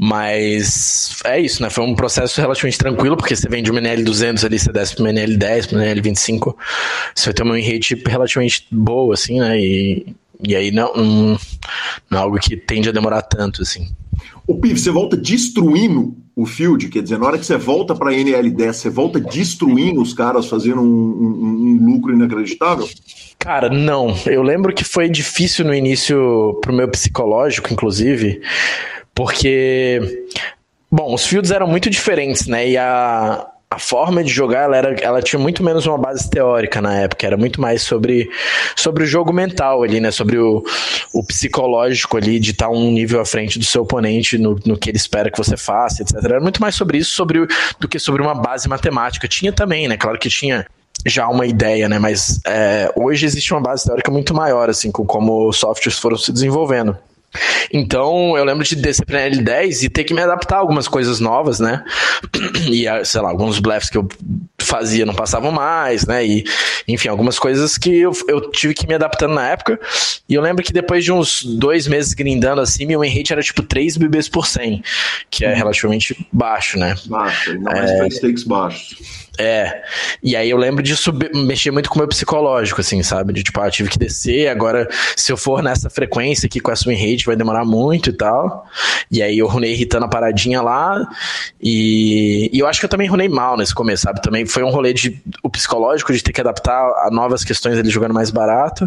Mas é isso, né? Foi um processo relativamente tranquilo, porque você vem de uma N L duzentos ali, você desce pra uma N L dez, pra uma N L vinte e cinco, você vai ter uma win rate relativamente boa, assim, né? E, e aí não, não, não é algo que tende a demorar tanto, assim. O Pive, você volta destruindo o field, quer dizer, na hora que você volta pra N L dez, você volta destruindo os caras, fazendo um, um, um lucro inacreditável? Cara, não. Eu lembro que foi difícil no início pro meu psicológico, inclusive, porque, bom, os fields eram muito diferentes, né, e a, a forma de jogar, ela, era, ela tinha muito menos uma base teórica na época, era muito mais sobre, sobre o jogo mental ali, né, sobre o, o psicológico ali, de estar um nível à frente do seu oponente no, no que ele espera que você faça, etcétera. Era muito mais sobre isso sobre, do que sobre uma base matemática. Tinha também, né, claro que tinha já uma ideia, né, mas é, hoje existe uma base teórica muito maior, assim, com como os softwares foram se desenvolvendo. Então eu lembro de descer pra N L dez e ter que me adaptar a algumas coisas novas, né, e sei lá, alguns bluffs que eu fazia não passavam mais, né, e enfim, algumas coisas que eu, eu tive que ir me adaptando na época. E eu lembro que depois de uns dois meses grindando assim, meu win rate era tipo três B Bs por cem, que é relativamente baixo, né. Baixo, ainda mais para stakes baixos. É, e aí eu lembro disso mexer muito com o meu psicológico, assim, sabe? De tipo, ah, eu tive que descer, agora se eu for nessa frequência aqui com essa win rate vai demorar muito e tal. E aí eu runei irritando a paradinha lá, e, e eu acho que eu também runei mal nesse começo, sabe? Também foi um rolê de o psicológico de ter que adaptar a novas questões dele jogando mais barato.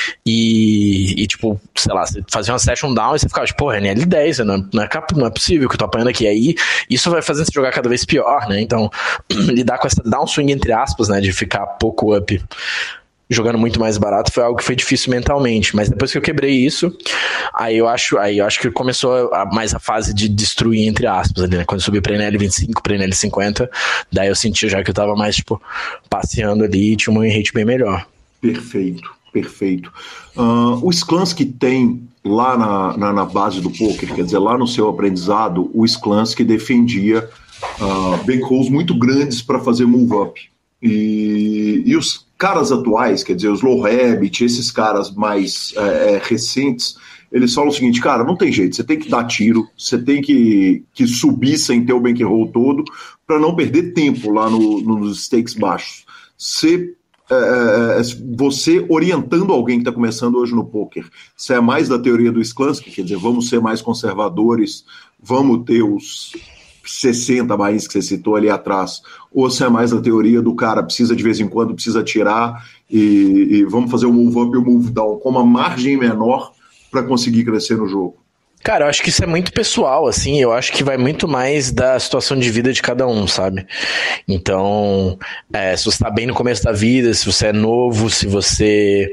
E, e tipo, sei lá, você fazia uma session down e você ficava tipo, porra, N L dez, não é, não, é, não é possível que eu tô apanhando aqui. Aí isso vai fazendo você jogar cada vez pior, né? Então, lidar com essa downswing, entre aspas, né? De ficar pouco up jogando muito mais barato foi algo que foi difícil mentalmente, mas depois que eu quebrei isso, aí eu acho, aí eu acho que começou a, mais a fase de destruir, entre aspas, ali, né? Quando eu subi pra N L vinte e cinco, pra N L cinquenta, daí eu senti já que eu tava mais, tipo, passeando ali e tinha um win rate bem melhor. Perfeito, perfeito. Uh, o Sklansky tem lá na, na, na base do poker, quer dizer, lá no seu aprendizado, o Sklansky defendia uh, bankrolls muito grandes para fazer move up. E, e os caras atuais, quer dizer, os Low Rabbit, esses caras mais é, é, recentes, eles falam o seguinte, cara, não tem jeito, você tem que dar tiro, você tem que, que subir sem ter o bankroll todo, para não perder tempo lá no, no, nos stakes baixos. Você, é, você orientando alguém que está começando hoje no poker, você é mais da teoria do Sklansky, quer dizer, vamos ser mais conservadores, vamos ter os sessenta bains que você citou ali atrás, ou se é mais a teoria do cara precisa de vez em quando, precisa tirar e, e vamos fazer o move up e o move down com uma margem menor para conseguir crescer no jogo? Cara, eu acho que isso é muito pessoal, assim, eu acho que vai muito mais da situação de vida de cada um, sabe? Então, é, se você tá bem no começo da vida, se você é novo, se você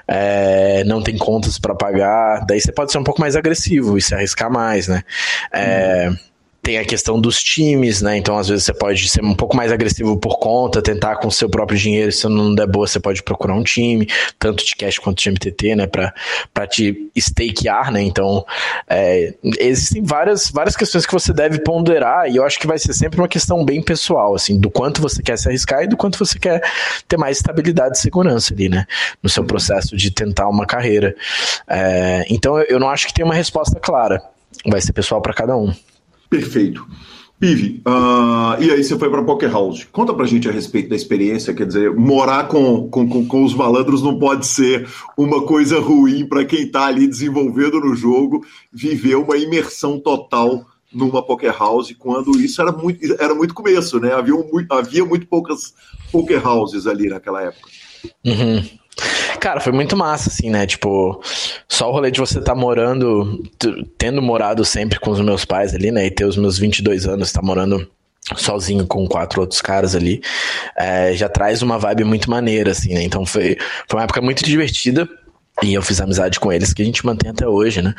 é, não tem contas para pagar, daí você pode ser um pouco mais agressivo e se arriscar mais, né? É... Hum. Tem a questão dos times, né? Então, às vezes, você pode ser um pouco mais agressivo por conta, tentar com o seu próprio dinheiro. Se não der boa, você pode procurar um time, tanto de cash quanto de M T T, né? Pra, pra te stakear, né? Então, é, existem várias, várias questões que você deve ponderar e eu acho que vai ser sempre uma questão bem pessoal, assim, do quanto você quer se arriscar e do quanto você quer ter mais estabilidade e segurança ali, né? No seu processo de tentar uma carreira. É, então, eu não acho que tem uma resposta clara. Vai ser pessoal para cada um. Perfeito. Pive, uh, e aí você foi para Poker House. Conta pra gente a respeito da experiência, quer dizer, morar com, com, com, com os malandros não pode ser uma coisa ruim para quem tá ali desenvolvendo no jogo, viver uma imersão total numa Poker House, quando isso era muito, era muito começo, né? Havia muito, havia muito poucas Poker Houses ali naquela época. Uhum. Cara, foi muito massa, assim, né? Tipo, só o rolê de você tá morando, tendo morado sempre com os meus pais ali, né? E ter os meus vinte e dois anos, tá morando sozinho com quatro outros caras ali, é, já traz uma vibe muito maneira, assim, né? Então foi, foi uma época muito divertida. E eu fiz amizade com eles que a gente mantém até hoje, né?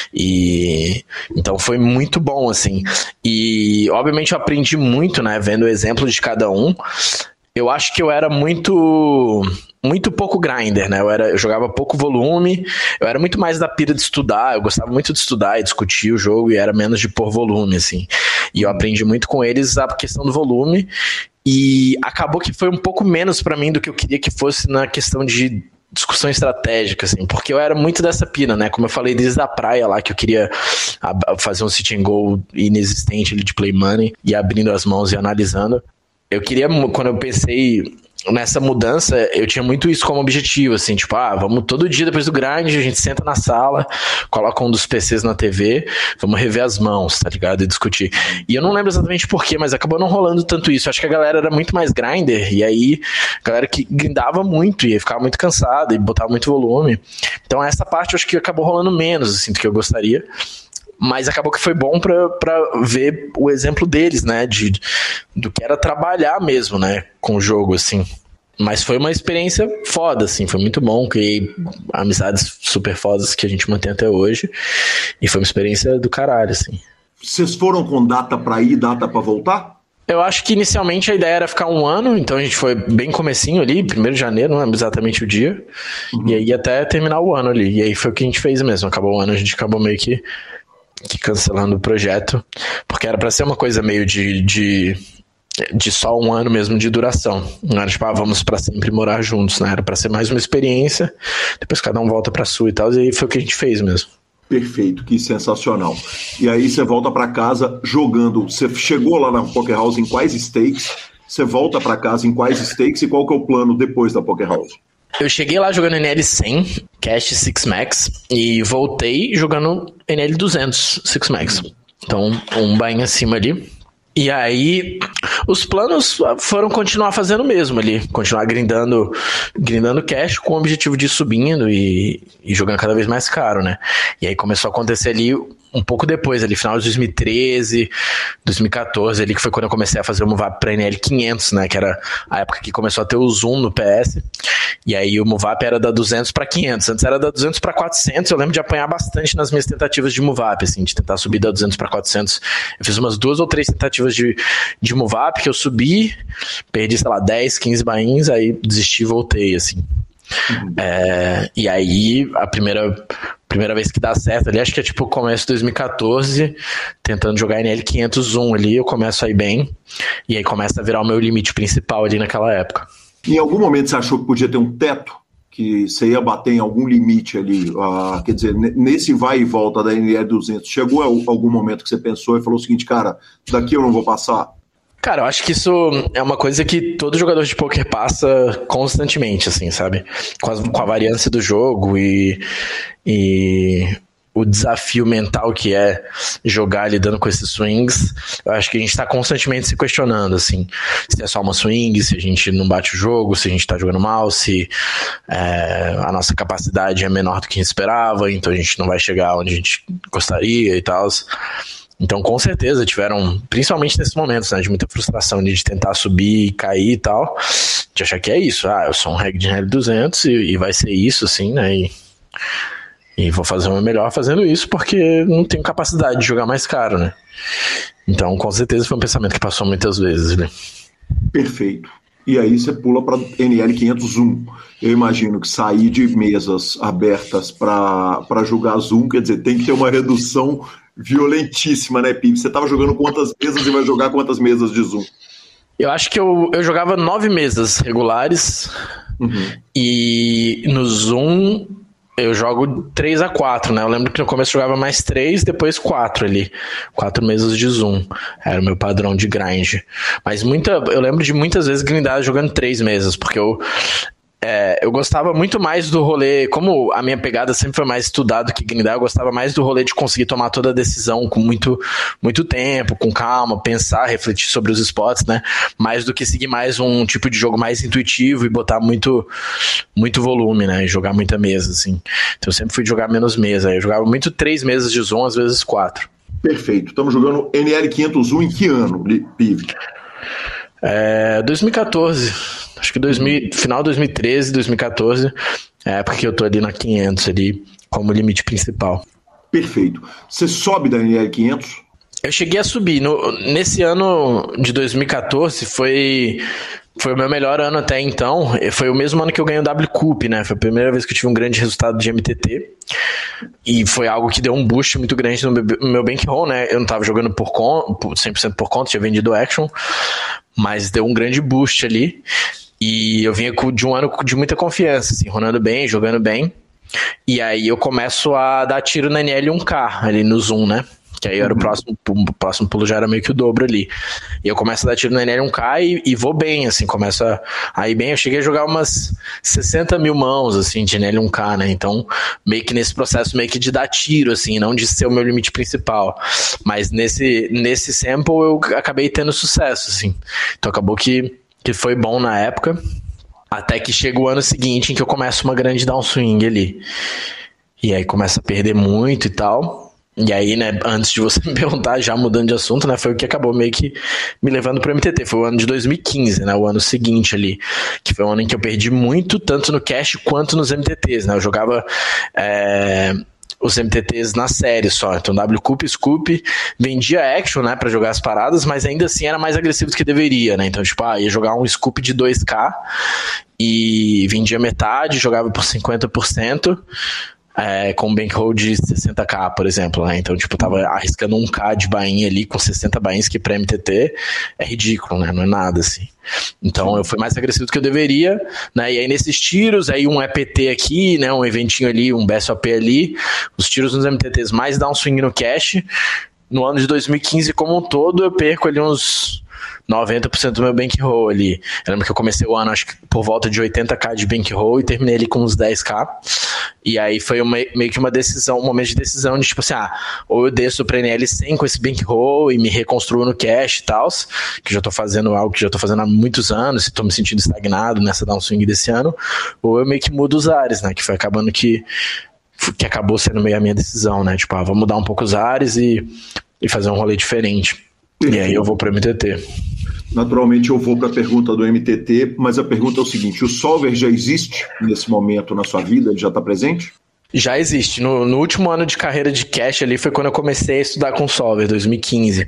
E então foi muito bom, assim. E obviamente eu aprendi muito, né? Vendo o exemplo de cada um. Eu acho que eu era muito muito pouco grinder, né? Eu, era, eu jogava pouco volume, eu era muito mais da pira de estudar, eu gostava muito de estudar e discutir o jogo e era menos de pôr volume, assim. E eu aprendi muito com eles a questão do volume e acabou que foi um pouco menos pra mim do que eu queria que fosse na questão de discussão estratégica, assim, porque eu era muito dessa pira, né? Como eu falei desde a praia lá, que eu queria fazer um sit and go inexistente ali de play money e abrindo as mãos e analisando. Eu queria, quando eu pensei nessa mudança, eu tinha muito isso como objetivo, assim, tipo, ah, vamos todo dia depois do grind, a gente senta na sala, coloca um dos P Cs na T V, vamos rever as mãos, tá ligado? E discutir. E eu não lembro exatamente porquê, mas acabou não rolando tanto isso. Acho que a galera era muito mais grinder, e aí a galera que grindava muito, e ficava muito cansada, e botava muito volume. Então essa parte eu acho que acabou rolando menos, assim, do que eu gostaria. Mas acabou que foi bom pra, pra ver o exemplo deles, né, de, do que era trabalhar mesmo, né, com o jogo, assim. Mas foi uma experiência foda, assim, foi muito bom, criei amizades super fodas que a gente mantém até hoje, e foi uma experiência do caralho, assim. Vocês foram com data pra ir, data pra voltar? Eu acho que inicialmente a ideia era ficar um ano, então a gente foi bem comecinho ali, primeiro de janeiro, não lembro exatamente o dia, uhum. E aí até terminar o ano ali, e aí foi o que a gente fez mesmo, acabou o ano, a gente acabou meio que que cancelando o projeto, porque era pra ser uma coisa meio de, de, de só um ano mesmo de duração, não era tipo, ah, vamos pra sempre morar juntos, né, era pra ser mais uma experiência, depois cada um volta pra sua e tal, e aí foi o que a gente fez mesmo. Perfeito, que sensacional. E aí você volta pra casa jogando, você chegou lá na Poker House em quais stakes, você volta pra casa em quais stakes e qual que é o plano depois da Poker House? Eu cheguei lá jogando N L cem, Cash seis Max, e voltei jogando N L duzentos, seis Max. Então, um buy acima ali. E aí, Os planos foram continuar fazendo o mesmo ali, continuar grindando, grindando cash com o objetivo de ir subindo e, e jogando cada vez mais caro, né? E aí começou a acontecer ali um pouco depois, ali, final de dois mil e treze, dois mil e quatorze, ali, que foi quando eu comecei a fazer o Movap pra N L quinhentos, né? Que era a época que começou a ter o Zoom no P S. E aí o Movap era da duzentos para quinhentos. Antes era da duzentos para quatrocentos. Eu lembro de apanhar bastante nas minhas tentativas de Movap, assim, de tentar subir da duzentos para quatrocentos. Eu fiz umas duas ou três tentativas de, de Movap que eu subi, perdi, sei lá, dez, quinze bains, aí desisti e voltei, assim. Uhum. É, e aí a primeira, primeira vez que dá certo ali, acho que é tipo começo de dois mil e quatorze, tentando jogar N L quinhentos Zoom ali, eu começo a ir bem, e aí começa a virar o meu limite principal ali naquela época. Em algum momento você achou que podia ter um teto? Que você ia bater em algum limite ali? Uh, quer dizer, nesse vai e volta da N L duzentos, chegou a algum momento que você pensou e falou o seguinte, cara, daqui eu não vou passar? Cara, eu acho que isso é uma coisa que todo jogador de poker passa constantemente, assim, sabe? Com a, com a variância do jogo e, e o desafio mental que é jogar lidando com esses swings. Eu acho que a gente tá constantemente se questionando, assim, se é só uma swing, se a gente não bate o jogo, se a gente tá jogando mal, se é, a nossa capacidade é menor do que a gente esperava, então a gente não vai chegar onde a gente gostaria e tal. Então, com certeza, tiveram, principalmente nesses momentos, né, de muita frustração de tentar subir e cair e tal, de achar que é isso, ah, eu sou um reg de N L duzentos e, e vai ser isso, assim, né, e, e vou fazer o meu melhor fazendo isso porque não tenho capacidade de jogar mais caro, né. Então, com certeza, foi um pensamento que passou muitas vezes, né. Perfeito. E aí você pula para N L quinhentos Zoom. Eu imagino que sair de mesas abertas para jogar Zoom, quer dizer, tem que ter uma redução violentíssima, né, Pipe? Você estava jogando quantas mesas e vai jogar quantas mesas de Zoom? Eu acho que eu, eu jogava nove mesas regulares, uhum. E no Zoom eu jogo três a quatro, né? Eu lembro que no começo eu jogava mais três, depois quatro ali. quatro mesas de Zoom. Era o meu padrão de grind. Mas muita, eu lembro de muitas vezes grindar jogando três mesas, porque eu... É, eu gostava muito mais do rolê, como a minha pegada sempre foi mais estudar do que grindar, eu gostava mais do rolê de conseguir tomar toda a decisão com muito, muito tempo, com calma, pensar, refletir sobre os spots, né, mais do que seguir mais um tipo de jogo mais intuitivo e botar muito, muito volume, né, e jogar muita mesa, assim. Então eu sempre fui jogar menos mesa, eu jogava muito três mesas de Zoom, às vezes quatro. Perfeito, estamos jogando N L quinhentos Zoom em que ano, Pive? É, dois mil e quatorze, acho que dois mil, final de dois mil e treze, dois mil e quatorze, é a época que eu tô ali na quinhentos ali como limite principal. Perfeito. Você sobe da N L quinhentos? Eu cheguei a subir. No, nesse ano de dois mil e quatorze foi, foi o meu melhor ano até então. Foi o mesmo ano que eu ganhei o W Cup, né? Foi a primeira vez que eu tive um grande resultado de M T T. E foi algo que deu um boost muito grande no meu, no meu bankroll, né? Eu não tava jogando por conta, cem por cento por conta, tinha vendido action, mas deu um grande boost ali. E eu vinha de um ano de muita confiança, assim, rolando bem, jogando bem. E aí eu começo a dar tiro na N L um K, ali no Zoom, né? Que aí era o próximo, o próximo pulo já era meio que o dobro ali. E eu começo a dar tiro na N L um K e, e vou bem, assim, começo a, a ir bem. Eu cheguei a jogar umas sessenta mil mãos, assim, de N L um K, né? Então, meio que nesse processo, meio que de dar tiro, assim, não de ser o meu limite principal. Mas nesse, nesse sample eu acabei tendo sucesso, assim. Então acabou que, que foi bom na época. Até que chega o ano seguinte em que eu começo uma grande downswing ali. E aí começa a perder muito e tal. E aí, né, antes de você me perguntar, já mudando de assunto, né, foi o que acabou meio que me levando pro M T T. Foi o ano de dois mil e quinze, né, o ano seguinte ali, que foi um ano em que eu perdi muito, tanto no cash quanto nos M T Ts, né, eu jogava é, os M T Ts na série só, então W Cup, Scoop, vendia action, né, pra jogar as paradas, mas ainda assim era mais agressivo do que deveria, né, então tipo, ah, ia jogar um Scoop de dois K e vendia metade, jogava por cinquenta por cento, É, com um bankroll de sessenta k, por exemplo, né? Então, tipo, eu tava arriscando um K de buy-in ali com sessenta buy-ins, que pra M T T é ridículo, né? Não é nada, assim. Então, eu fui mais agressivo do que eu deveria, né? E aí, nesses tiros, aí um E P T aqui, né? Um eventinho ali, um B S O P ali, os tiros nos M T Ts mais downswing no cash. No ano de dois mil e quinze, como um todo, eu perco ali uns... noventa por cento do meu bankroll ali. Eu lembro que eu comecei o ano, acho que por volta de oitenta mil de bankroll e terminei ali com uns dez mil. E aí foi uma, meio que uma decisão, um momento de decisão de tipo assim, ah, ou eu desço pra N L cem com esse bankroll e me reconstruo no cash e tal, que já tô fazendo algo que já tô fazendo há muitos anos e tô me sentindo estagnado nessa downswing desse ano, ou eu meio que mudo os ares, né, que foi acabando que que acabou sendo meio a minha decisão, né, tipo, ah, vou mudar um pouco os ares e, e fazer um rolê diferente. E aí eu vou pro M T T. Naturalmente eu vou para a pergunta do M T T, mas a pergunta é o seguinte: o solver já existe nesse momento na sua vida? Ele já está presente? Já existe. No, no último ano de carreira de cash ali foi quando eu comecei a estudar com solver, dois mil e quinze.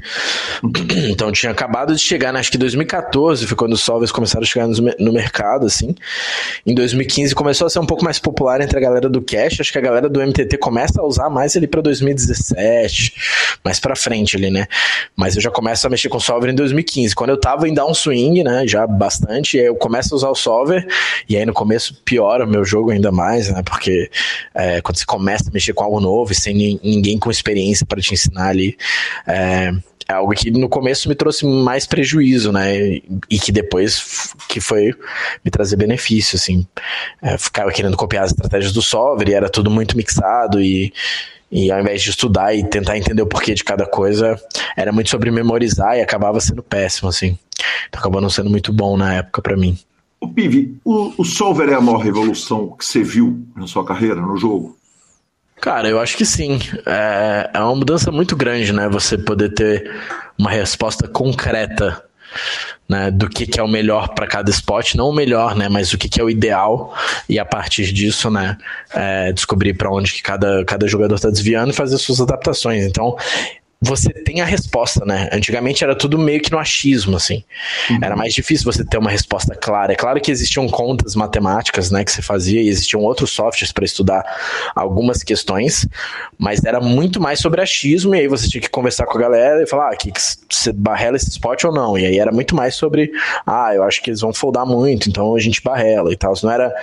Então eu tinha acabado de chegar, acho que dois mil e catorze foi quando os solvers começaram a chegar no, no mercado, assim. Em dois mil e quinze começou a ser um pouco mais popular entre a galera do cash. Acho que a galera do M T T começa a usar mais ali para dois mil e dezessete, mais pra frente ali, né? Mas eu já começo a mexer com solver em dois mil e quinze, quando eu tava em downswing, né, já bastante, e aí eu começo a usar o solver, e aí no começo piora o meu jogo ainda mais, né, porque é, quando você começa a mexer com algo novo e sem ni- ninguém com experiência para te ensinar ali, é, é algo que no começo me trouxe mais prejuízo, né, e, e que depois f- que foi me trazer benefício, assim. É, ficava querendo copiar as estratégias do solver e era tudo muito mixado e E ao invés de estudar e tentar entender o porquê de cada coisa, era muito sobre memorizar e acabava sendo péssimo, assim. Então acabou não sendo muito bom na época pra mim. O Pivi, o, o solver é a maior revolução que você viu na sua carreira, no jogo? Cara, eu acho que sim. É, é uma mudança muito grande, né? Você poder ter uma resposta concreta, né, do que, que é o melhor para cada spot, não o melhor, né, mas o que, que é o ideal, e a partir disso, né, é, descobrir para onde que cada, cada jogador está desviando e fazer suas adaptações. Então você tem a resposta, né? Antigamente era tudo meio que no achismo, assim. Uhum. Era mais difícil você ter uma resposta clara. É claro que existiam contas matemáticas, né, que você fazia, e existiam outros softwares para estudar algumas questões, mas era muito mais sobre achismo, e aí você tinha que conversar com a galera e falar, ah, que, que você barrela esse spot ou não? E aí era muito mais sobre, ah, eu acho que eles vão foldar muito, então a gente barrela e tal. Isso não era...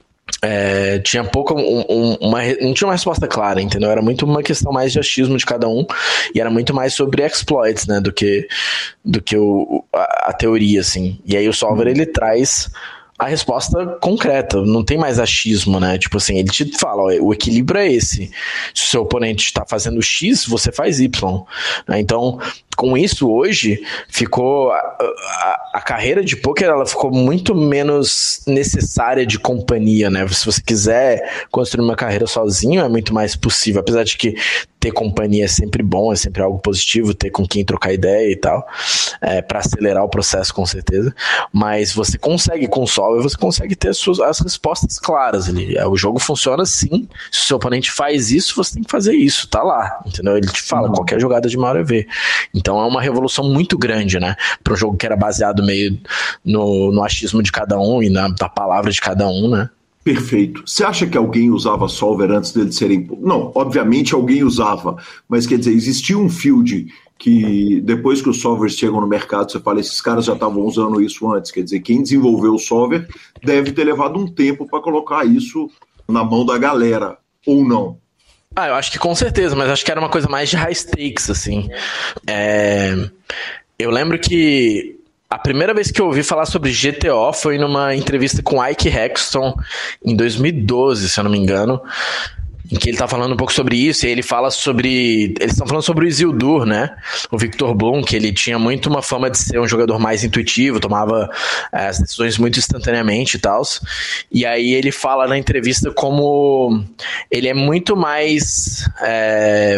É, tinha pouca um, um, uma, não tinha uma resposta clara, entendeu? Era muito uma questão mais de achismo de cada um, e era muito mais sobre exploits, né, do que, do que o, a, a teoria, assim. E aí o solver, ele traz a resposta concreta, não tem mais achismo, né? Tipo assim, ele te fala, ó, o equilíbrio é esse. Se o seu oponente está fazendo X, você faz Y. Né? Então, com isso, hoje, ficou a, a, a carreira de poker, ela ficou muito menos necessária de companhia, né? Se você quiser construir uma carreira sozinho, é muito mais possível, apesar de que ter companhia é sempre bom, é sempre algo positivo, ter com quem trocar ideia e tal, é, para acelerar o processo, com certeza. Mas você consegue, com o solver, você consegue ter as, suas, as respostas claras ali. O jogo funciona assim, se o seu oponente faz isso, você tem que fazer isso, tá lá, entendeu? Ele te fala, uhum. Qualquer jogada de uma hora V. Então é uma revolução muito grande, né? Para um jogo que era baseado meio no, no achismo de cada um e na, na palavra de cada um, né? Perfeito. Você acha que alguém usava solver antes deles serem... Não, obviamente alguém usava, mas quer dizer, existia um field que depois que os solvers chegam no mercado, você fala, esses caras já estavam usando isso antes, quer dizer, quem desenvolveu o solver deve ter levado um tempo para colocar isso na mão da galera, ou não? Ah, eu acho que com certeza, mas acho que era uma coisa mais de high stakes, assim. É... Eu lembro que a primeira vez que eu ouvi falar sobre G T O foi numa entrevista com Ike Hexton em dois mil e doze, se eu não me engano, em que ele tá falando um pouco sobre isso, e ele fala sobre... Eles estão falando sobre o Isildur, né? O Victor Bloom, que ele tinha muito uma fama de ser um jogador mais intuitivo, tomava é, as decisões muito instantaneamente e tal. E aí ele fala na entrevista como ele é muito mais... É,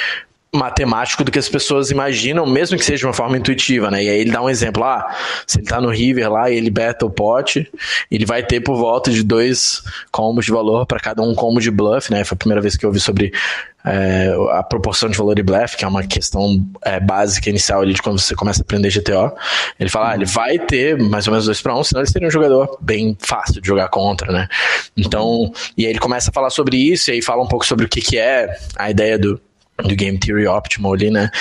matemático do que as pessoas imaginam, mesmo que seja de uma forma intuitiva, né? E aí ele dá um exemplo, ah, se ele tá no River lá e ele beta o pot, ele vai ter por volta de dois combos de valor para cada um combo de bluff, né? Foi a primeira vez que eu ouvi sobre é, a proporção de valor e bluff, que é uma questão é, básica inicial ali de quando você começa a aprender G T O. Ele fala, ah, ele vai ter mais ou menos dois para um, senão ele seria um jogador bem fácil de jogar contra, né? Então, e aí ele começa a falar sobre isso, e aí fala um pouco sobre o que, que é a ideia do do Game Theory Optimal ali, né,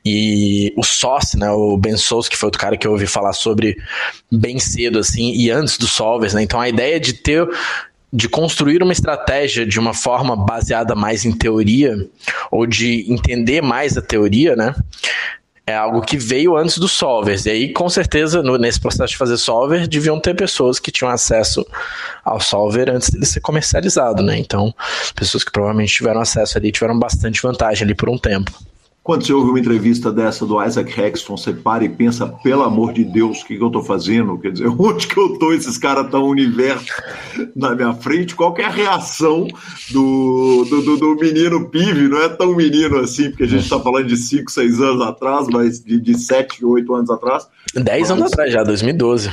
e o Sauce, né, o Ben Souls, que foi outro cara que eu ouvi falar sobre bem cedo, assim, e antes dos solvers, né, então a ideia de ter, de construir uma estratégia de uma forma baseada mais em teoria, ou de entender mais a teoria, né, é algo que veio antes dos solvers. E aí, com certeza, no, nesse processo de fazer solver, deviam ter pessoas que tinham acesso ao solver antes dele ser comercializado, né? Então, pessoas que provavelmente tiveram acesso ali, tiveram bastante vantagem ali por um tempo. Quando você ouve uma entrevista dessa do Isaac Hexton, você para e pensa, pelo amor de Deus, o que, que eu estou fazendo? Quer dizer, onde que eu estou? Esses caras estão no universo na minha frente. Qual que é a reação do, do, do, do menino Pive? Não é tão menino assim, porque a gente está falando de cinco, seis anos atrás, mas de, de sete, oito anos atrás. dez anos atrás já, dois mil e doze.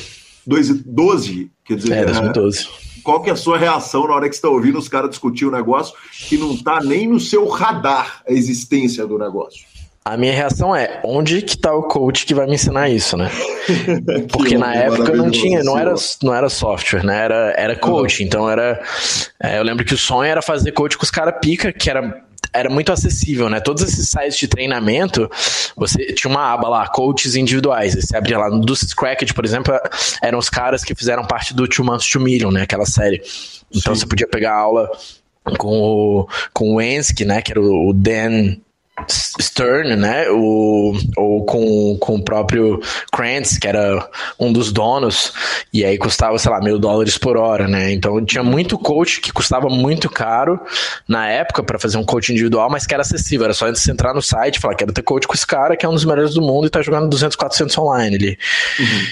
doze? Quer dizer... É, dois mil e doze. Qual que é a sua reação na hora que você está ouvindo os caras discutir o negócio que não está nem no seu radar a existência do negócio? A minha reação é, onde que tá o coach que vai me ensinar isso, né? Porque na época não tinha, não era, não era software, né? Era, era coach, uhum. Então era... É, eu lembro que o sonho era fazer coach com os caras pica, que era... era muito acessível, né? Todos esses sites de treinamento, você tinha uma aba lá, coaches individuais. Você abria lá no Cracked, por exemplo, eram os caras que fizeram parte do Two Months to Million, né? Aquela série. Então Sim. Você podia pegar a aula com o, com o Ensky, né? Que era o Dan Stern, né? O, ou com, com o próprio Krantz, que era um dos donos, e aí custava, sei lá, mil dólares por hora, né? Então tinha muito coach que custava muito caro na época para fazer um coach individual, mas que era acessível, era só você entrar no site e falar, quero ter coach com esse cara que é um dos melhores do mundo e tá jogando duzentos, quatrocentos online ali. Uhum.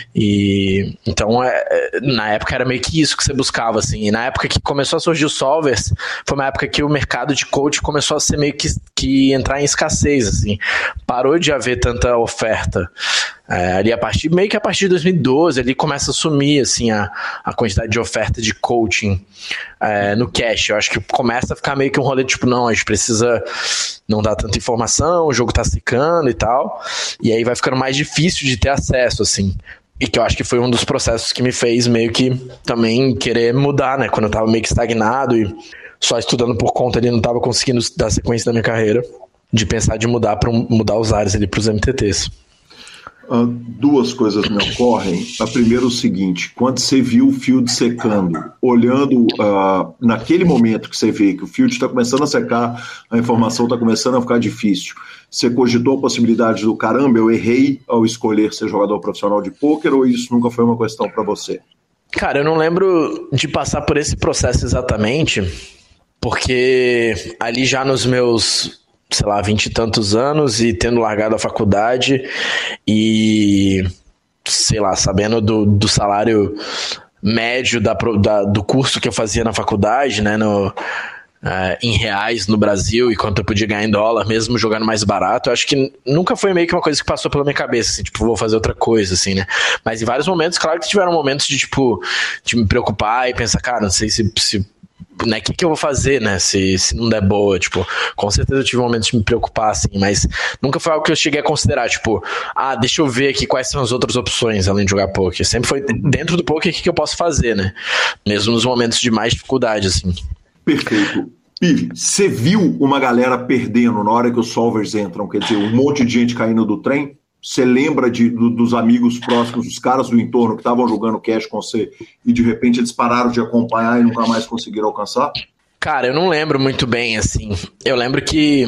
E então é, na época era meio que isso que você buscava, assim, e na época que começou a surgir os solvers, foi uma época que o mercado de coach começou a ser meio que, que entrar em escassez, assim, parou de haver tanta oferta. É, ali a partir, meio que a partir de dois mil e doze, ali começa a sumir, assim, a, a quantidade de oferta de coaching é, no cash. Eu acho que começa a ficar meio que um rolê, tipo, não, a gente precisa não dar tanta informação, o jogo tá secando e tal, e aí vai ficando mais difícil de ter acesso, assim. E que eu acho que foi um dos processos que me fez meio que também querer mudar, né, quando eu tava meio que estagnado e só estudando por conta ali, não tava conseguindo dar sequência da minha carreira, de pensar de mudar para mudar os ares ali para os M T Ts. Uh, duas coisas me ocorrem. A primeira é o seguinte, quando você viu o field secando, olhando uh, naquele momento que você vê que o field está começando a secar, a informação está começando a ficar difícil, você cogitou a possibilidade do caramba, eu errei ao escolher ser jogador profissional de pôquer, ou isso nunca foi uma questão para você? Cara, eu não lembro de passar por esse processo exatamente, porque ali já nos meus, sei lá, vinte e tantos anos e tendo largado a faculdade e, sei lá, sabendo do, do salário médio da, da, do curso que eu fazia na faculdade, né, no, uh, em reais no Brasil e quanto eu podia ganhar em dólar, mesmo jogando mais barato, eu acho que nunca foi meio que uma coisa que passou pela minha cabeça, assim, tipo, vou fazer outra coisa, assim, né, mas em vários momentos, claro que tiveram momentos de, tipo, de me preocupar e pensar, cara, não sei se... se né, o que, que eu vou fazer, né, se, se não der boa, tipo, com certeza eu tive momentos de me preocupar, assim, mas nunca foi algo que eu cheguei a considerar, tipo, ah, deixa eu ver aqui quais são as outras opções além de jogar poker, sempre foi dentro do poker o que, que eu posso fazer, né, mesmo nos momentos de mais dificuldade, assim. Perfeito. Pive, você viu uma galera perdendo na hora que os solvers entram, quer dizer, um monte de gente caindo do trem? Você lembra de, do, dos amigos próximos, dos caras do entorno que estavam jogando cash com você e de repente eles pararam de acompanhar e nunca mais conseguiram alcançar? Cara, eu não lembro muito bem, assim. Eu lembro que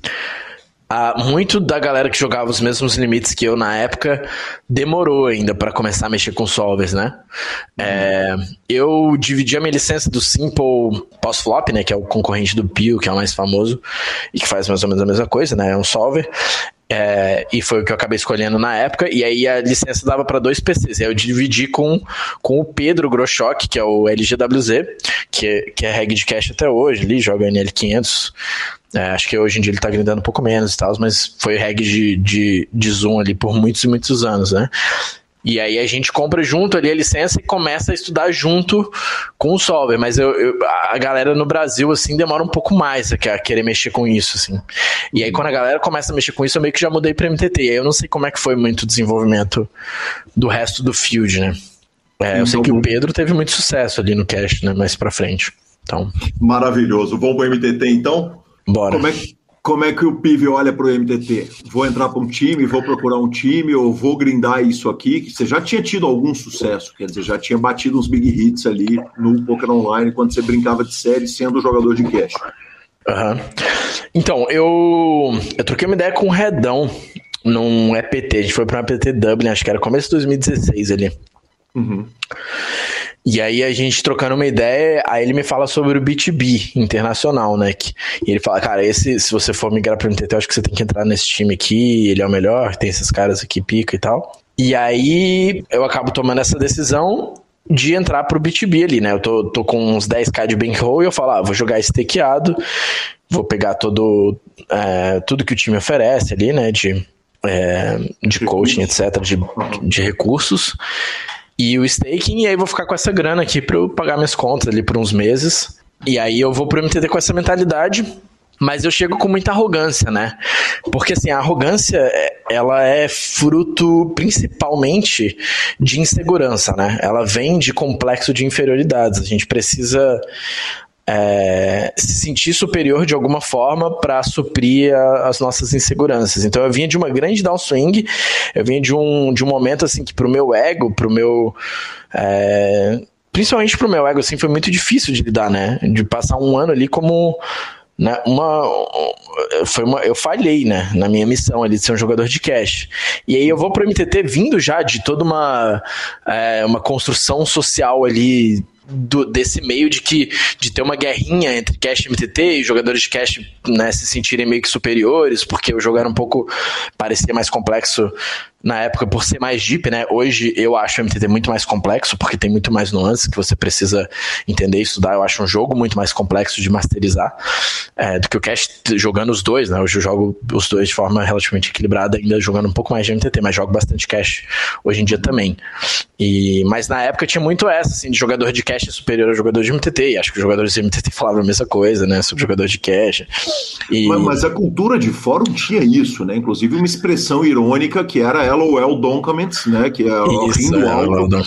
ah, muito da galera que jogava os mesmos limites que eu na época demorou ainda para começar a mexer com solvers, né? Uhum. É, eu dividi a minha licença do Simple Post-Flop, né, que é o concorrente do Pio, que é o mais famoso e que faz mais ou menos a mesma coisa, né? É um solver. É, e foi o que eu acabei escolhendo na época, e aí a licença dava para dois P Cs, e aí eu dividi com, com o Pedro Groschok, que é o L G W Z, que é, que é reg de cash até hoje, ele joga N L quinhentos, é, acho que hoje em dia ele tá grindando um pouco menos e tal, mas foi reg de, de, de Zoom ali por muitos e muitos anos, né? E aí a gente compra junto ali a licença e começa a estudar junto com o solver, mas eu, eu, a galera no Brasil, assim, demora um pouco mais a querer mexer com isso, assim. E aí quando a galera começa a mexer com isso, eu meio que já mudei pra M T T, e aí eu não sei como é que foi muito o desenvolvimento do resto do field, né. É, eu sei que o Pedro teve muito sucesso ali no cash, né, mais pra frente. Então... Maravilhoso. Vamos pro M T T, então? Bora. Como é que... Como é que o Pive olha para o M T T? Vou entrar para um time, vou procurar um time, ou vou grindar isso aqui? Você já tinha tido algum sucesso, quer dizer, já tinha batido uns big hits ali no Poker Online, quando você brincava de série sendo jogador de cash. Uhum. Então, eu, eu troquei uma ideia com o Redão num E P T, a gente foi pra um E P T Dublin, acho que era começo de dois mil e dezesseis ali. Uhum. E aí a gente trocando uma ideia, aí ele me fala sobre o B dois B internacional, né? Que, e ele fala, cara, esse, se você for migrar pro M T T, eu acho que você tem que entrar nesse time aqui, ele é o melhor, tem esses caras aqui, pica e tal. E aí eu acabo tomando essa decisão de entrar pro B dois B ali, né? Eu tô, tô com uns dez mil de bankroll e eu falo, ah, vou jogar stakeado, vou pegar todo, é, tudo que o time oferece ali, né? De, é, de coaching, etcétera, de, de recursos. E o staking, e aí vou ficar com essa grana aqui pra eu pagar minhas contas ali por uns meses. E aí eu vou pro M T T com essa mentalidade, mas eu chego com muita arrogância, né? Porque assim, a arrogância, ela é fruto principalmente de insegurança, né? Ela vem de complexo de inferioridades. A gente precisa é, se sentir superior de alguma forma para suprir a, as nossas inseguranças. Então eu vinha de uma grande downswing, eu vinha de um, de um momento assim que pro meu ego, pro meu... É, principalmente pro meu ego, assim, foi muito difícil de lidar, né? De passar um ano ali como... Né, uma, foi uma, eu falhei, né, na minha missão ali de ser um jogador de cash. E aí eu vou pro M T T vindo já de toda uma, é, uma construção social ali do, desse meio de que de ter uma guerrinha entre cash e M T T e jogadores de cash, né, se sentirem meio que superiores, porque o jogo era um pouco, parecia mais complexo na época por ser mais deep, né? Hoje eu acho o M T T muito mais complexo, porque tem muito mais nuances que você precisa entender e estudar. Eu acho um jogo muito mais complexo de masterizar é, do que o Cash jogando os dois, né? Hoje eu jogo os dois de forma relativamente equilibrada, ainda jogando um pouco mais de M T T, mas jogo bastante Cash hoje em dia também. E, mas na época tinha muito essa, assim, de jogador de Cash superior ao jogador de M T T, e acho que os jogadores de M T T falavam a mesma coisa, né? Sobre jogador de Cash. E... Mas, mas a cultura de fórum tinha isso, né? Inclusive uma expressão irônica que era LOL Doncaments, né, que é o rindo alto,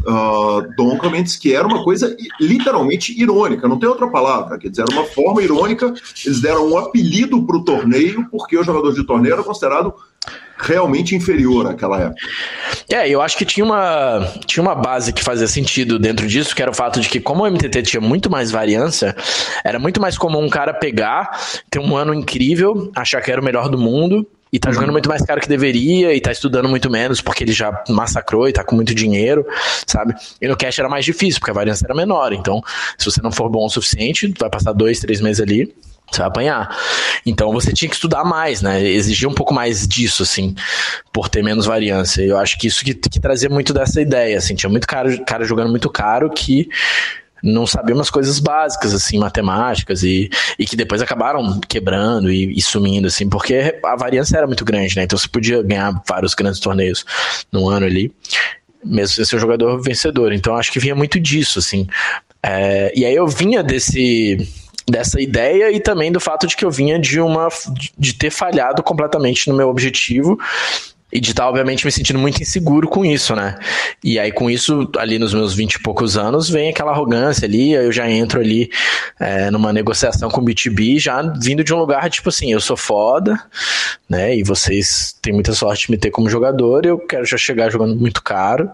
uh, Doncaments, que era uma coisa literalmente irônica, não tem outra palavra, quer dizer, era uma forma irônica, eles deram um apelido para o torneio, porque o jogador de torneio era considerado realmente inferior naquela época. É, eu acho que tinha uma, tinha uma base que fazia sentido dentro disso, que era o fato de que, como o M T T tinha muito mais variância, era muito mais comum um cara pegar, ter um ano incrível, achar que era o melhor do mundo, e tá jogando muito mais caro que deveria, e tá estudando muito menos porque ele já massacrou e tá com muito dinheiro, sabe? E no Cash era mais difícil, porque a variância era menor. Então, se você não for bom o suficiente, vai passar dois, três meses ali, você vai apanhar. Então você tinha que estudar mais, né? Exigia um pouco mais disso, assim, por ter menos variância. Eu acho que isso que, que trazia muito dessa ideia, assim. Tinha muito cara, cara jogando muito caro que não sabiam umas coisas básicas, assim, matemáticas, e, e que depois acabaram quebrando e, e sumindo, assim, porque a variância era muito grande, né? Então você podia ganhar vários grandes torneios num ano ali, mesmo sem ser um jogador vencedor. Então acho que vinha muito disso, assim. É, e aí eu vinha desse... dessa ideia e também do fato de que eu vinha de uma de ter falhado completamente no meu objetivo e de estar, obviamente, me sentindo muito inseguro com isso, né? E aí, com isso, ali nos meus vinte e poucos anos, vem aquela arrogância ali, aí eu já entro ali é, numa negociação com o B dois B, já vindo de um lugar, tipo assim, eu sou foda, né? E vocês têm muita sorte de me ter como jogador, eu quero já chegar jogando muito caro.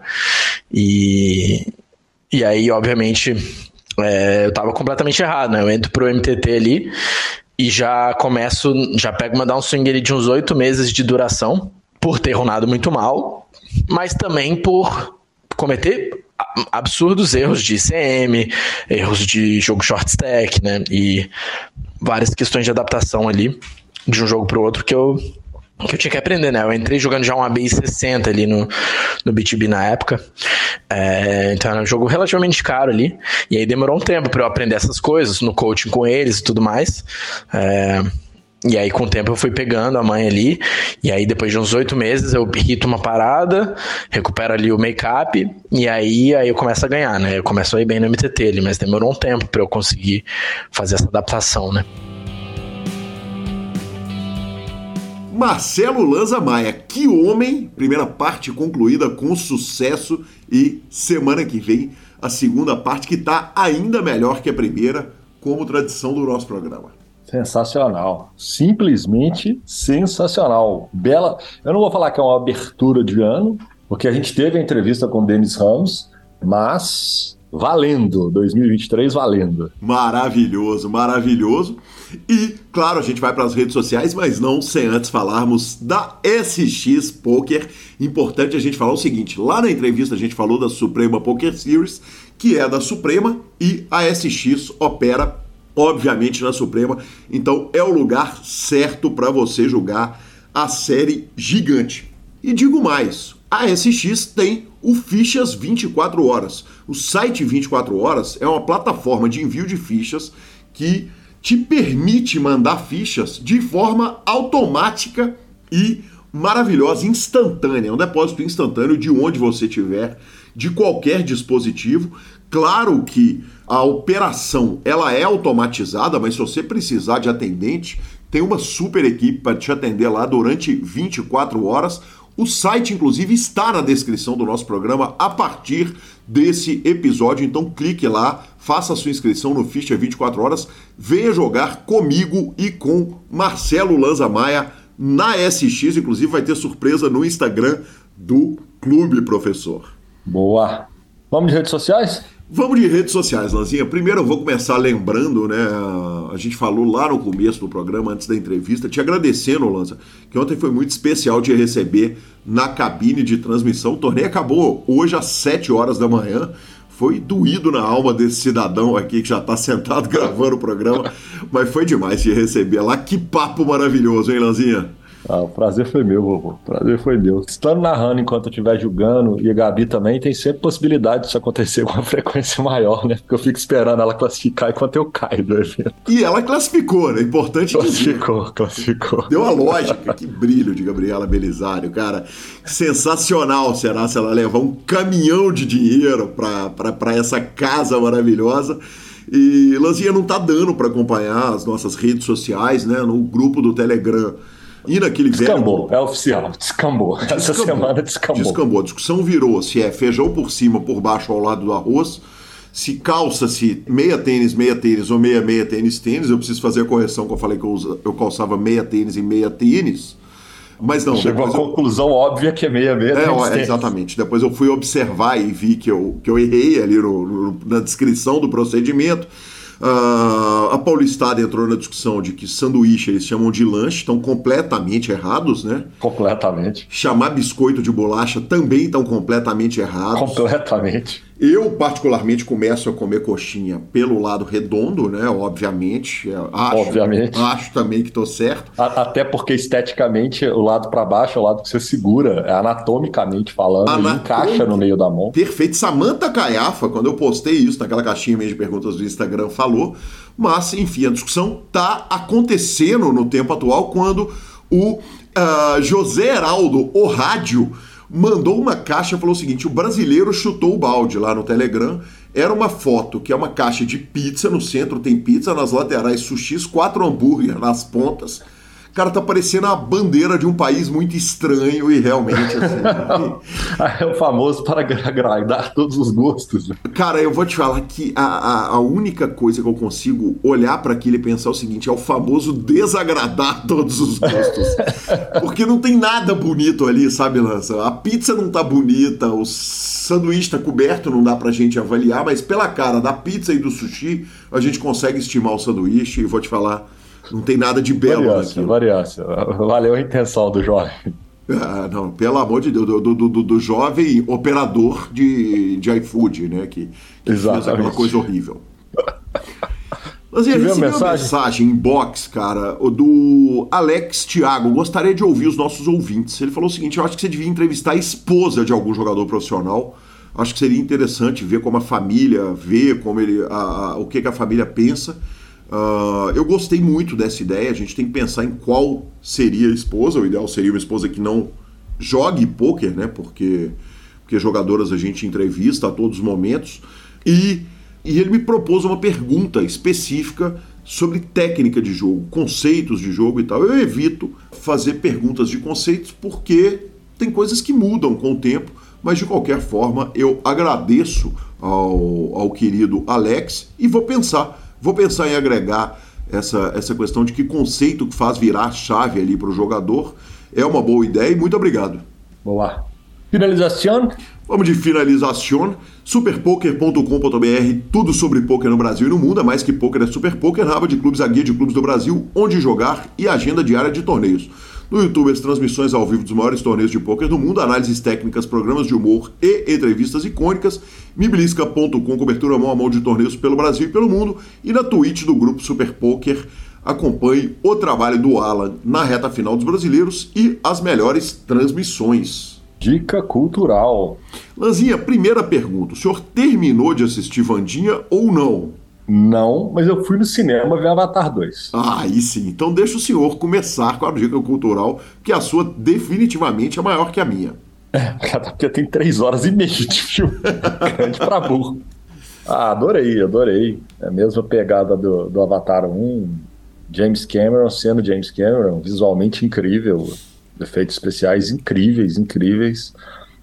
E, e aí, obviamente... É, eu tava completamente errado, né? Eu entro pro M T T ali e já começo, já pego uma downswing ali de uns oito meses de duração, por ter runado muito mal, mas também por cometer absurdos erros de I C M, erros de jogo short stack, né? E várias questões de adaptação ali de um jogo pro outro que eu que eu tinha que aprender, né? Eu entrei jogando já um A B I sessenta ali no, no B dois B na época. É, então era um jogo relativamente caro ali. E aí demorou um tempo para eu aprender essas coisas, no coaching com eles e tudo mais. É, e aí com o tempo eu fui pegando a manha ali. E aí depois de uns oito meses eu hito uma parada, recupero ali o make-up. E aí, aí eu começo a ganhar, né? Eu começo a ir bem no M T T ali, mas demorou um tempo para eu conseguir fazer essa adaptação, né? Marcelo Lanza Maia, que homem! Primeira parte concluída com sucesso e semana que vem a segunda parte que está ainda melhor que a primeira, como tradição do nosso programa. Sensacional, simplesmente sensacional. Bela, eu não vou falar que é uma abertura de ano, porque a gente teve a entrevista com o Denis Ramos, mas valendo, dois mil e vinte e três valendo. Maravilhoso, maravilhoso. E, claro, a gente vai para as redes sociais, mas não sem antes falarmos da S X Poker. Importante a gente falar o seguinte, lá na entrevista a gente falou da Suprema Poker Series, que é da Suprema, e a S X opera, obviamente, na Suprema. Então é o lugar certo para você jogar a série gigante. E digo mais, a S X tem o Fichas vinte e quatro horas. O site vinte e quatro horas é uma plataforma de envio de fichas que te permite mandar fichas de forma automática e maravilhosa, instantânea. Um depósito instantâneo de onde você estiver, de qualquer dispositivo. Claro que a operação ela é automatizada, mas se você precisar de atendente, tem uma super equipe para te atender lá durante vinte e quatro horas. O site, inclusive, está na descrição do nosso programa a partir desse episódio, então clique lá, faça a sua inscrição no Ficha vinte e quatro horas, venha jogar comigo e com Marcelo Lanza Maia na S X, inclusive vai ter surpresa no Instagram do Clube, professor. Boa! Vamos de redes sociais? Vamos de redes sociais, Lanzinha. Primeiro eu vou começar lembrando, né, a gente falou lá no começo do programa, antes da entrevista, te agradecendo, Lanza, que ontem foi muito especial te receber na cabine de transmissão. O torneio acabou hoje às sete horas da manhã. Foi doído na alma desse cidadão aqui que já está sentado gravando o programa, mas foi demais te receber lá. Que papo maravilhoso, hein, Lanzinha? Ah, o prazer foi meu, vovô. O prazer foi meu. Estando narrando enquanto eu estiver julgando, e a Gabi também, tem sempre possibilidade disso acontecer com uma frequência maior, né? Porque eu fico esperando ela classificar enquanto eu caio do evento. E ela classificou, né? Importante dizer. Classificou, classificou. Deu a lógica. Que brilho de Gabriela Belisário, cara. Sensacional será se ela levar um caminhão de dinheiro para essa casa maravilhosa. E, Lanzinha, não tá dando para acompanhar as nossas redes sociais, né? No grupo do Telegram. E naquele descambou, velho... é oficial, descambou. Essa descambou, semana descambou. Descambou. A discussão virou se é feijão por cima, por baixo ao lado do arroz, se calça-se meia tênis, meia tênis ou meia meia tênis tênis. Eu preciso fazer a correção que eu falei que eu, usa, eu calçava meia tênis e meia tênis. Mas não. Chegou a eu... conclusão óbvia que é meia meia é, tênis, é, tênis. Exatamente. Depois eu fui observar e vi que eu, que eu errei ali no, no, na descrição do procedimento. Uh, a Paulistada entrou na discussão de que sanduíche eles chamam de lanche, estão completamente errados, né? Completamente. Chamar biscoito de bolacha também estão completamente errados. Completamente. Eu, particularmente, começo a comer coxinha pelo lado redondo, né? Obviamente. Acho, Obviamente. Acho também que estou certo. Até porque, esteticamente, o lado para baixo é o lado que você segura, anatomicamente falando, Anatom... ele encaixa no meio da mão. Perfeito. Samantha Caiafa, quando eu postei isso naquela caixinha de perguntas do Instagram, falou. Mas, enfim, a discussão está acontecendo no tempo atual quando o uh, José Heraldo, o rádio, mandou uma caixa e falou o seguinte: o brasileiro chutou o balde lá no Telegram. Era uma foto que é uma caixa de pizza, no centro tem pizza, nas laterais sushis, quatro hambúrguer nas pontas. Cara, tá parecendo a bandeira de um país muito estranho e realmente assim... É o famoso para agradar todos os gostos. Cara, eu vou te falar que a, a, a única coisa que eu consigo olhar para aquilo e pensar o seguinte: é o famoso desagradar todos os gostos. Porque não tem nada bonito ali, sabe, Lança? A pizza não tá bonita, o sanduíche tá coberto, não dá pra gente avaliar, mas pela cara da pizza e do sushi, a gente consegue estimar o sanduíche e vou te falar... Não tem nada de belo naquilo. Variácia. Valeu a intenção do jovem. Ah, não, pelo amor de Deus, do, do, do, do jovem operador de, de iFood, né? Que, que fez aquela coisa horrível. Mas eu recebi uma mensagem inbox, cara, do Alex Thiago. Gostaria de ouvir os nossos ouvintes. Ele falou o seguinte: eu acho que você devia entrevistar a esposa de algum jogador profissional. Acho que seria interessante ver como a família vê, como ele, a, a, o que, que a família pensa. Uh, eu gostei muito dessa ideia. A gente tem que pensar em qual seria a esposa. O ideal seria uma esposa que não jogue pôquer, né? Porque, porque jogadoras a gente entrevista a todos os momentos. E, e ele me propôs uma pergunta específica sobre técnica de jogo, conceitos de jogo e tal. Eu evito fazer perguntas de conceitos porque tem coisas que mudam com o tempo, mas de qualquer forma eu agradeço ao, ao querido Alex e vou pensar. Vou pensar em agregar essa, essa questão de que conceito que faz virar a chave ali para o jogador. É uma boa ideia e muito obrigado. Boa. Finalização? Vamos de finalização. superpoker ponto com ponto b r, tudo sobre poker no Brasil e no mundo. É mais que poker, é Super Poker, aba de clubes, a guia de clubes do Brasil, onde jogar e agenda diária de torneios. No YouTube, as transmissões ao vivo dos maiores torneios de poker do mundo, análises técnicas, programas de humor e entrevistas icônicas. Miblisca ponto com, cobertura mão a mão de torneios pelo Brasil e pelo mundo. E na Twitch do grupo Super Poker, acompanhe o trabalho do Alan na reta final dos brasileiros e as melhores transmissões. Dica cultural. Lanzinha, primeira pergunta. O senhor terminou de assistir Wandinha ou não? Não, mas eu fui no cinema ver Avatar dois. Ah, aí sim. Então deixa o senhor começar com a dica cultural, que a sua definitivamente é maior que a minha. É, porque tem três horas e meia de filme. Grande pra burro. Ah, adorei, adorei. É a mesma pegada do, do Avatar um. James Cameron sendo James Cameron, visualmente incrível. Efeitos especiais incríveis, incríveis.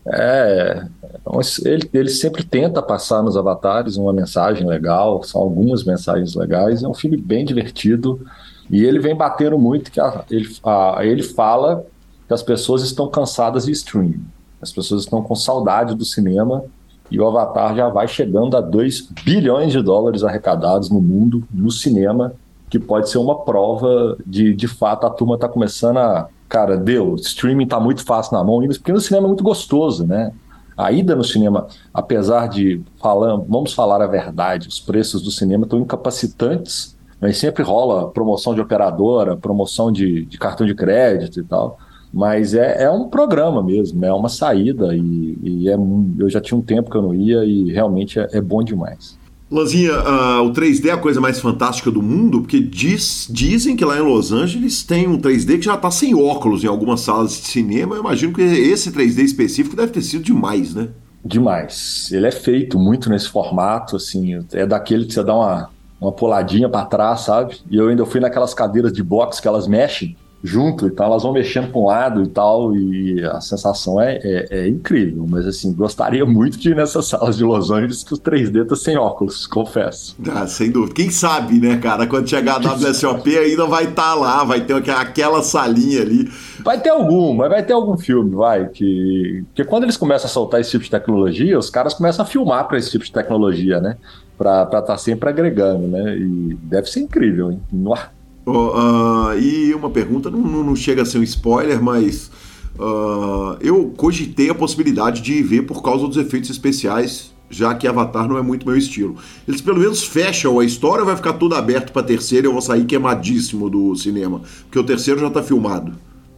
É, ele, ele sempre tenta passar nos avatares uma mensagem legal, são algumas mensagens legais. É um filme bem divertido e ele vem batendo muito que a, ele, a, ele fala que as pessoas estão cansadas de streaming, as pessoas estão com saudade do cinema e o Avatar já vai chegando a dois bilhões de dólares arrecadados no mundo, no cinema, que pode ser uma prova de, de fato, a turma está começando a... Cara, deu, streaming tá muito fácil na mão, porque no cinema é muito gostoso, né? A ida no cinema, apesar de, falando, vamos falar a verdade, os preços do cinema estão incapacitantes, mas sempre rola promoção de operadora, promoção de, de cartão de crédito e tal, mas é, é um programa mesmo, é uma saída e, e é, eu já tinha um tempo que eu não ia e realmente é, é bom demais. Lanzinha, uh, o três D é a coisa mais fantástica do mundo, porque diz, dizem que lá em Los Angeles tem um três D que já está sem óculos em algumas salas de cinema. Eu imagino que esse três D específico deve ter sido demais, né? Demais. Ele é feito muito nesse formato, assim, é daquele que você dá uma, uma puladinha para trás, sabe? E eu ainda fui naquelas cadeiras de boxe que elas mexem junto e tal, elas vão mexendo para um lado e tal, e a sensação é, é, é incrível, mas assim, gostaria muito de ir nessas salas de Los Angeles que os três D tá sem óculos, confesso. Ah, sem dúvida. Quem sabe, né, cara, quando chegar a W S O P ainda vai estar tá lá, vai ter aquela salinha ali. Vai ter algum, mas vai ter algum filme, vai, que... Porque quando eles começam a soltar esse tipo de tecnologia, os caras começam a filmar para esse tipo de tecnologia, né, pra estar tá sempre agregando, né, e deve ser incrível, hein? Nossa. Oh, uh, e uma pergunta, não, não chega a ser um spoiler, mas uh, eu cogitei a possibilidade de ir ver por causa dos efeitos especiais, já que Avatar não é muito meu estilo. Eles pelo menos fecham a história ou vai ficar tudo aberto para terceira e eu vou sair queimadíssimo do cinema? Porque o terceiro já está filmado.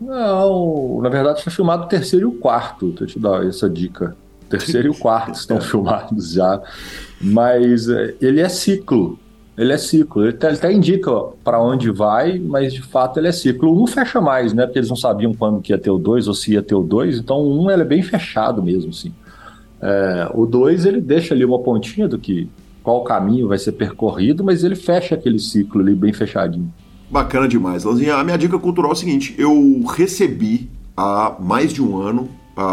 Não, na verdade está filmado o terceiro e o quarto, deixa eu te dar essa dica. O terceiro e o quarto estão é. filmados já, mas ele é ciclo. Ele é ciclo, ele até, ele até indica para onde vai, mas de fato ele é ciclo. O um fecha mais, né? Porque eles não sabiam quando que ia ter o dois ou se ia ter o dois, então o um ele é bem fechado mesmo, assim. É, o dois ele deixa ali uma pontinha do que qual caminho vai ser percorrido, mas ele fecha aquele ciclo ali bem fechadinho. Bacana demais, Lanzinha. A minha dica cultural é o seguinte: eu recebi há mais de um ano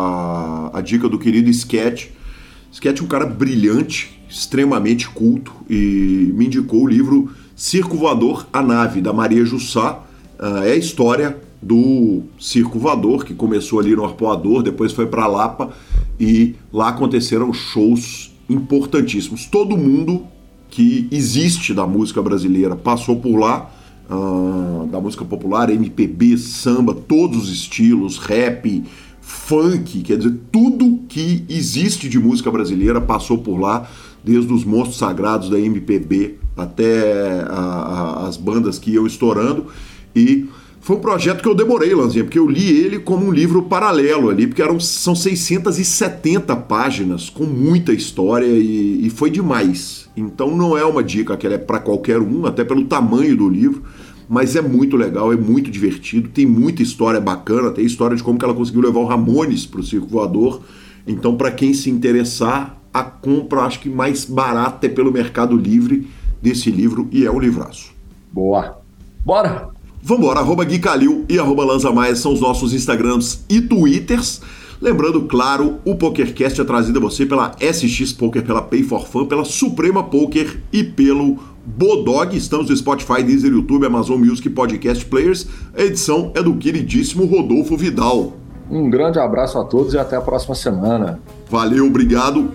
a, a dica do querido Sketch. Sketch é um cara brilhante, extremamente culto, e me indicou o livro Circo Voador, a Nave, da Maria Jussá. Uh, é a história do circo voador, que começou ali no Arpoador, depois foi para Lapa, e lá aconteceram shows importantíssimos. Todo mundo que existe da música brasileira passou por lá, uh, da música popular, M P B, samba, todos os estilos, rap, funk, quer dizer, tudo que existe de música brasileira passou por lá, desde os monstros sagrados da M P B até a, a, as bandas que iam estourando, e foi um projeto que eu demorei, Lanzinha, porque eu li ele como um livro paralelo ali, porque eram, são seiscentas e setenta páginas com muita história e, e foi demais. Então não é uma dica que ela é para qualquer um, até pelo tamanho do livro, mas é muito legal, é muito divertido, tem muita história bacana, tem história de como que ela conseguiu levar o Ramones para o Circo Voador. Então, para quem se interessar, a compra acho que mais barata é pelo Mercado Livre desse livro, e é um livraço. Boa. Bora! Vambora, arroba Gui Calil e arroba Lanza Maia são os nossos Instagrams e Twitters. Lembrando, claro, o PokerCast é trazido a você pela S X Poker, pela Pay for Fun, pela Suprema Poker e pelo Bodog. Estamos no Spotify, Deezer, YouTube, Amazon Music, Podcast Players. A edição é do queridíssimo Rodolfo Vidal. Um grande abraço a todos e até a próxima semana. Valeu, obrigado.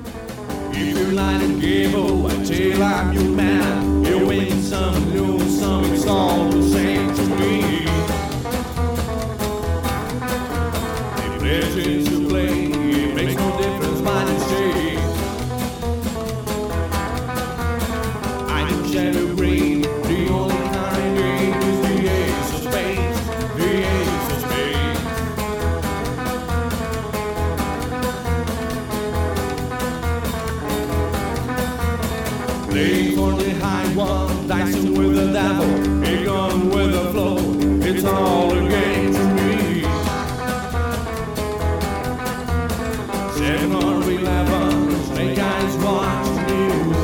Playing for the high one, dicing with the devil, a gun with the flow, it's all a game to me. Seven or eleven, snake eyes watch the news.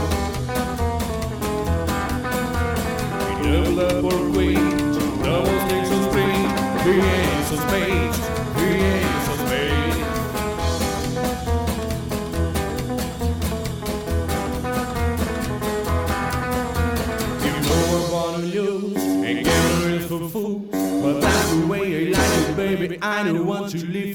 We double up or queen, double sticks of spring, three aces of spades, three aces of spades. For food, but that's the way I like it, baby. I don't want to leave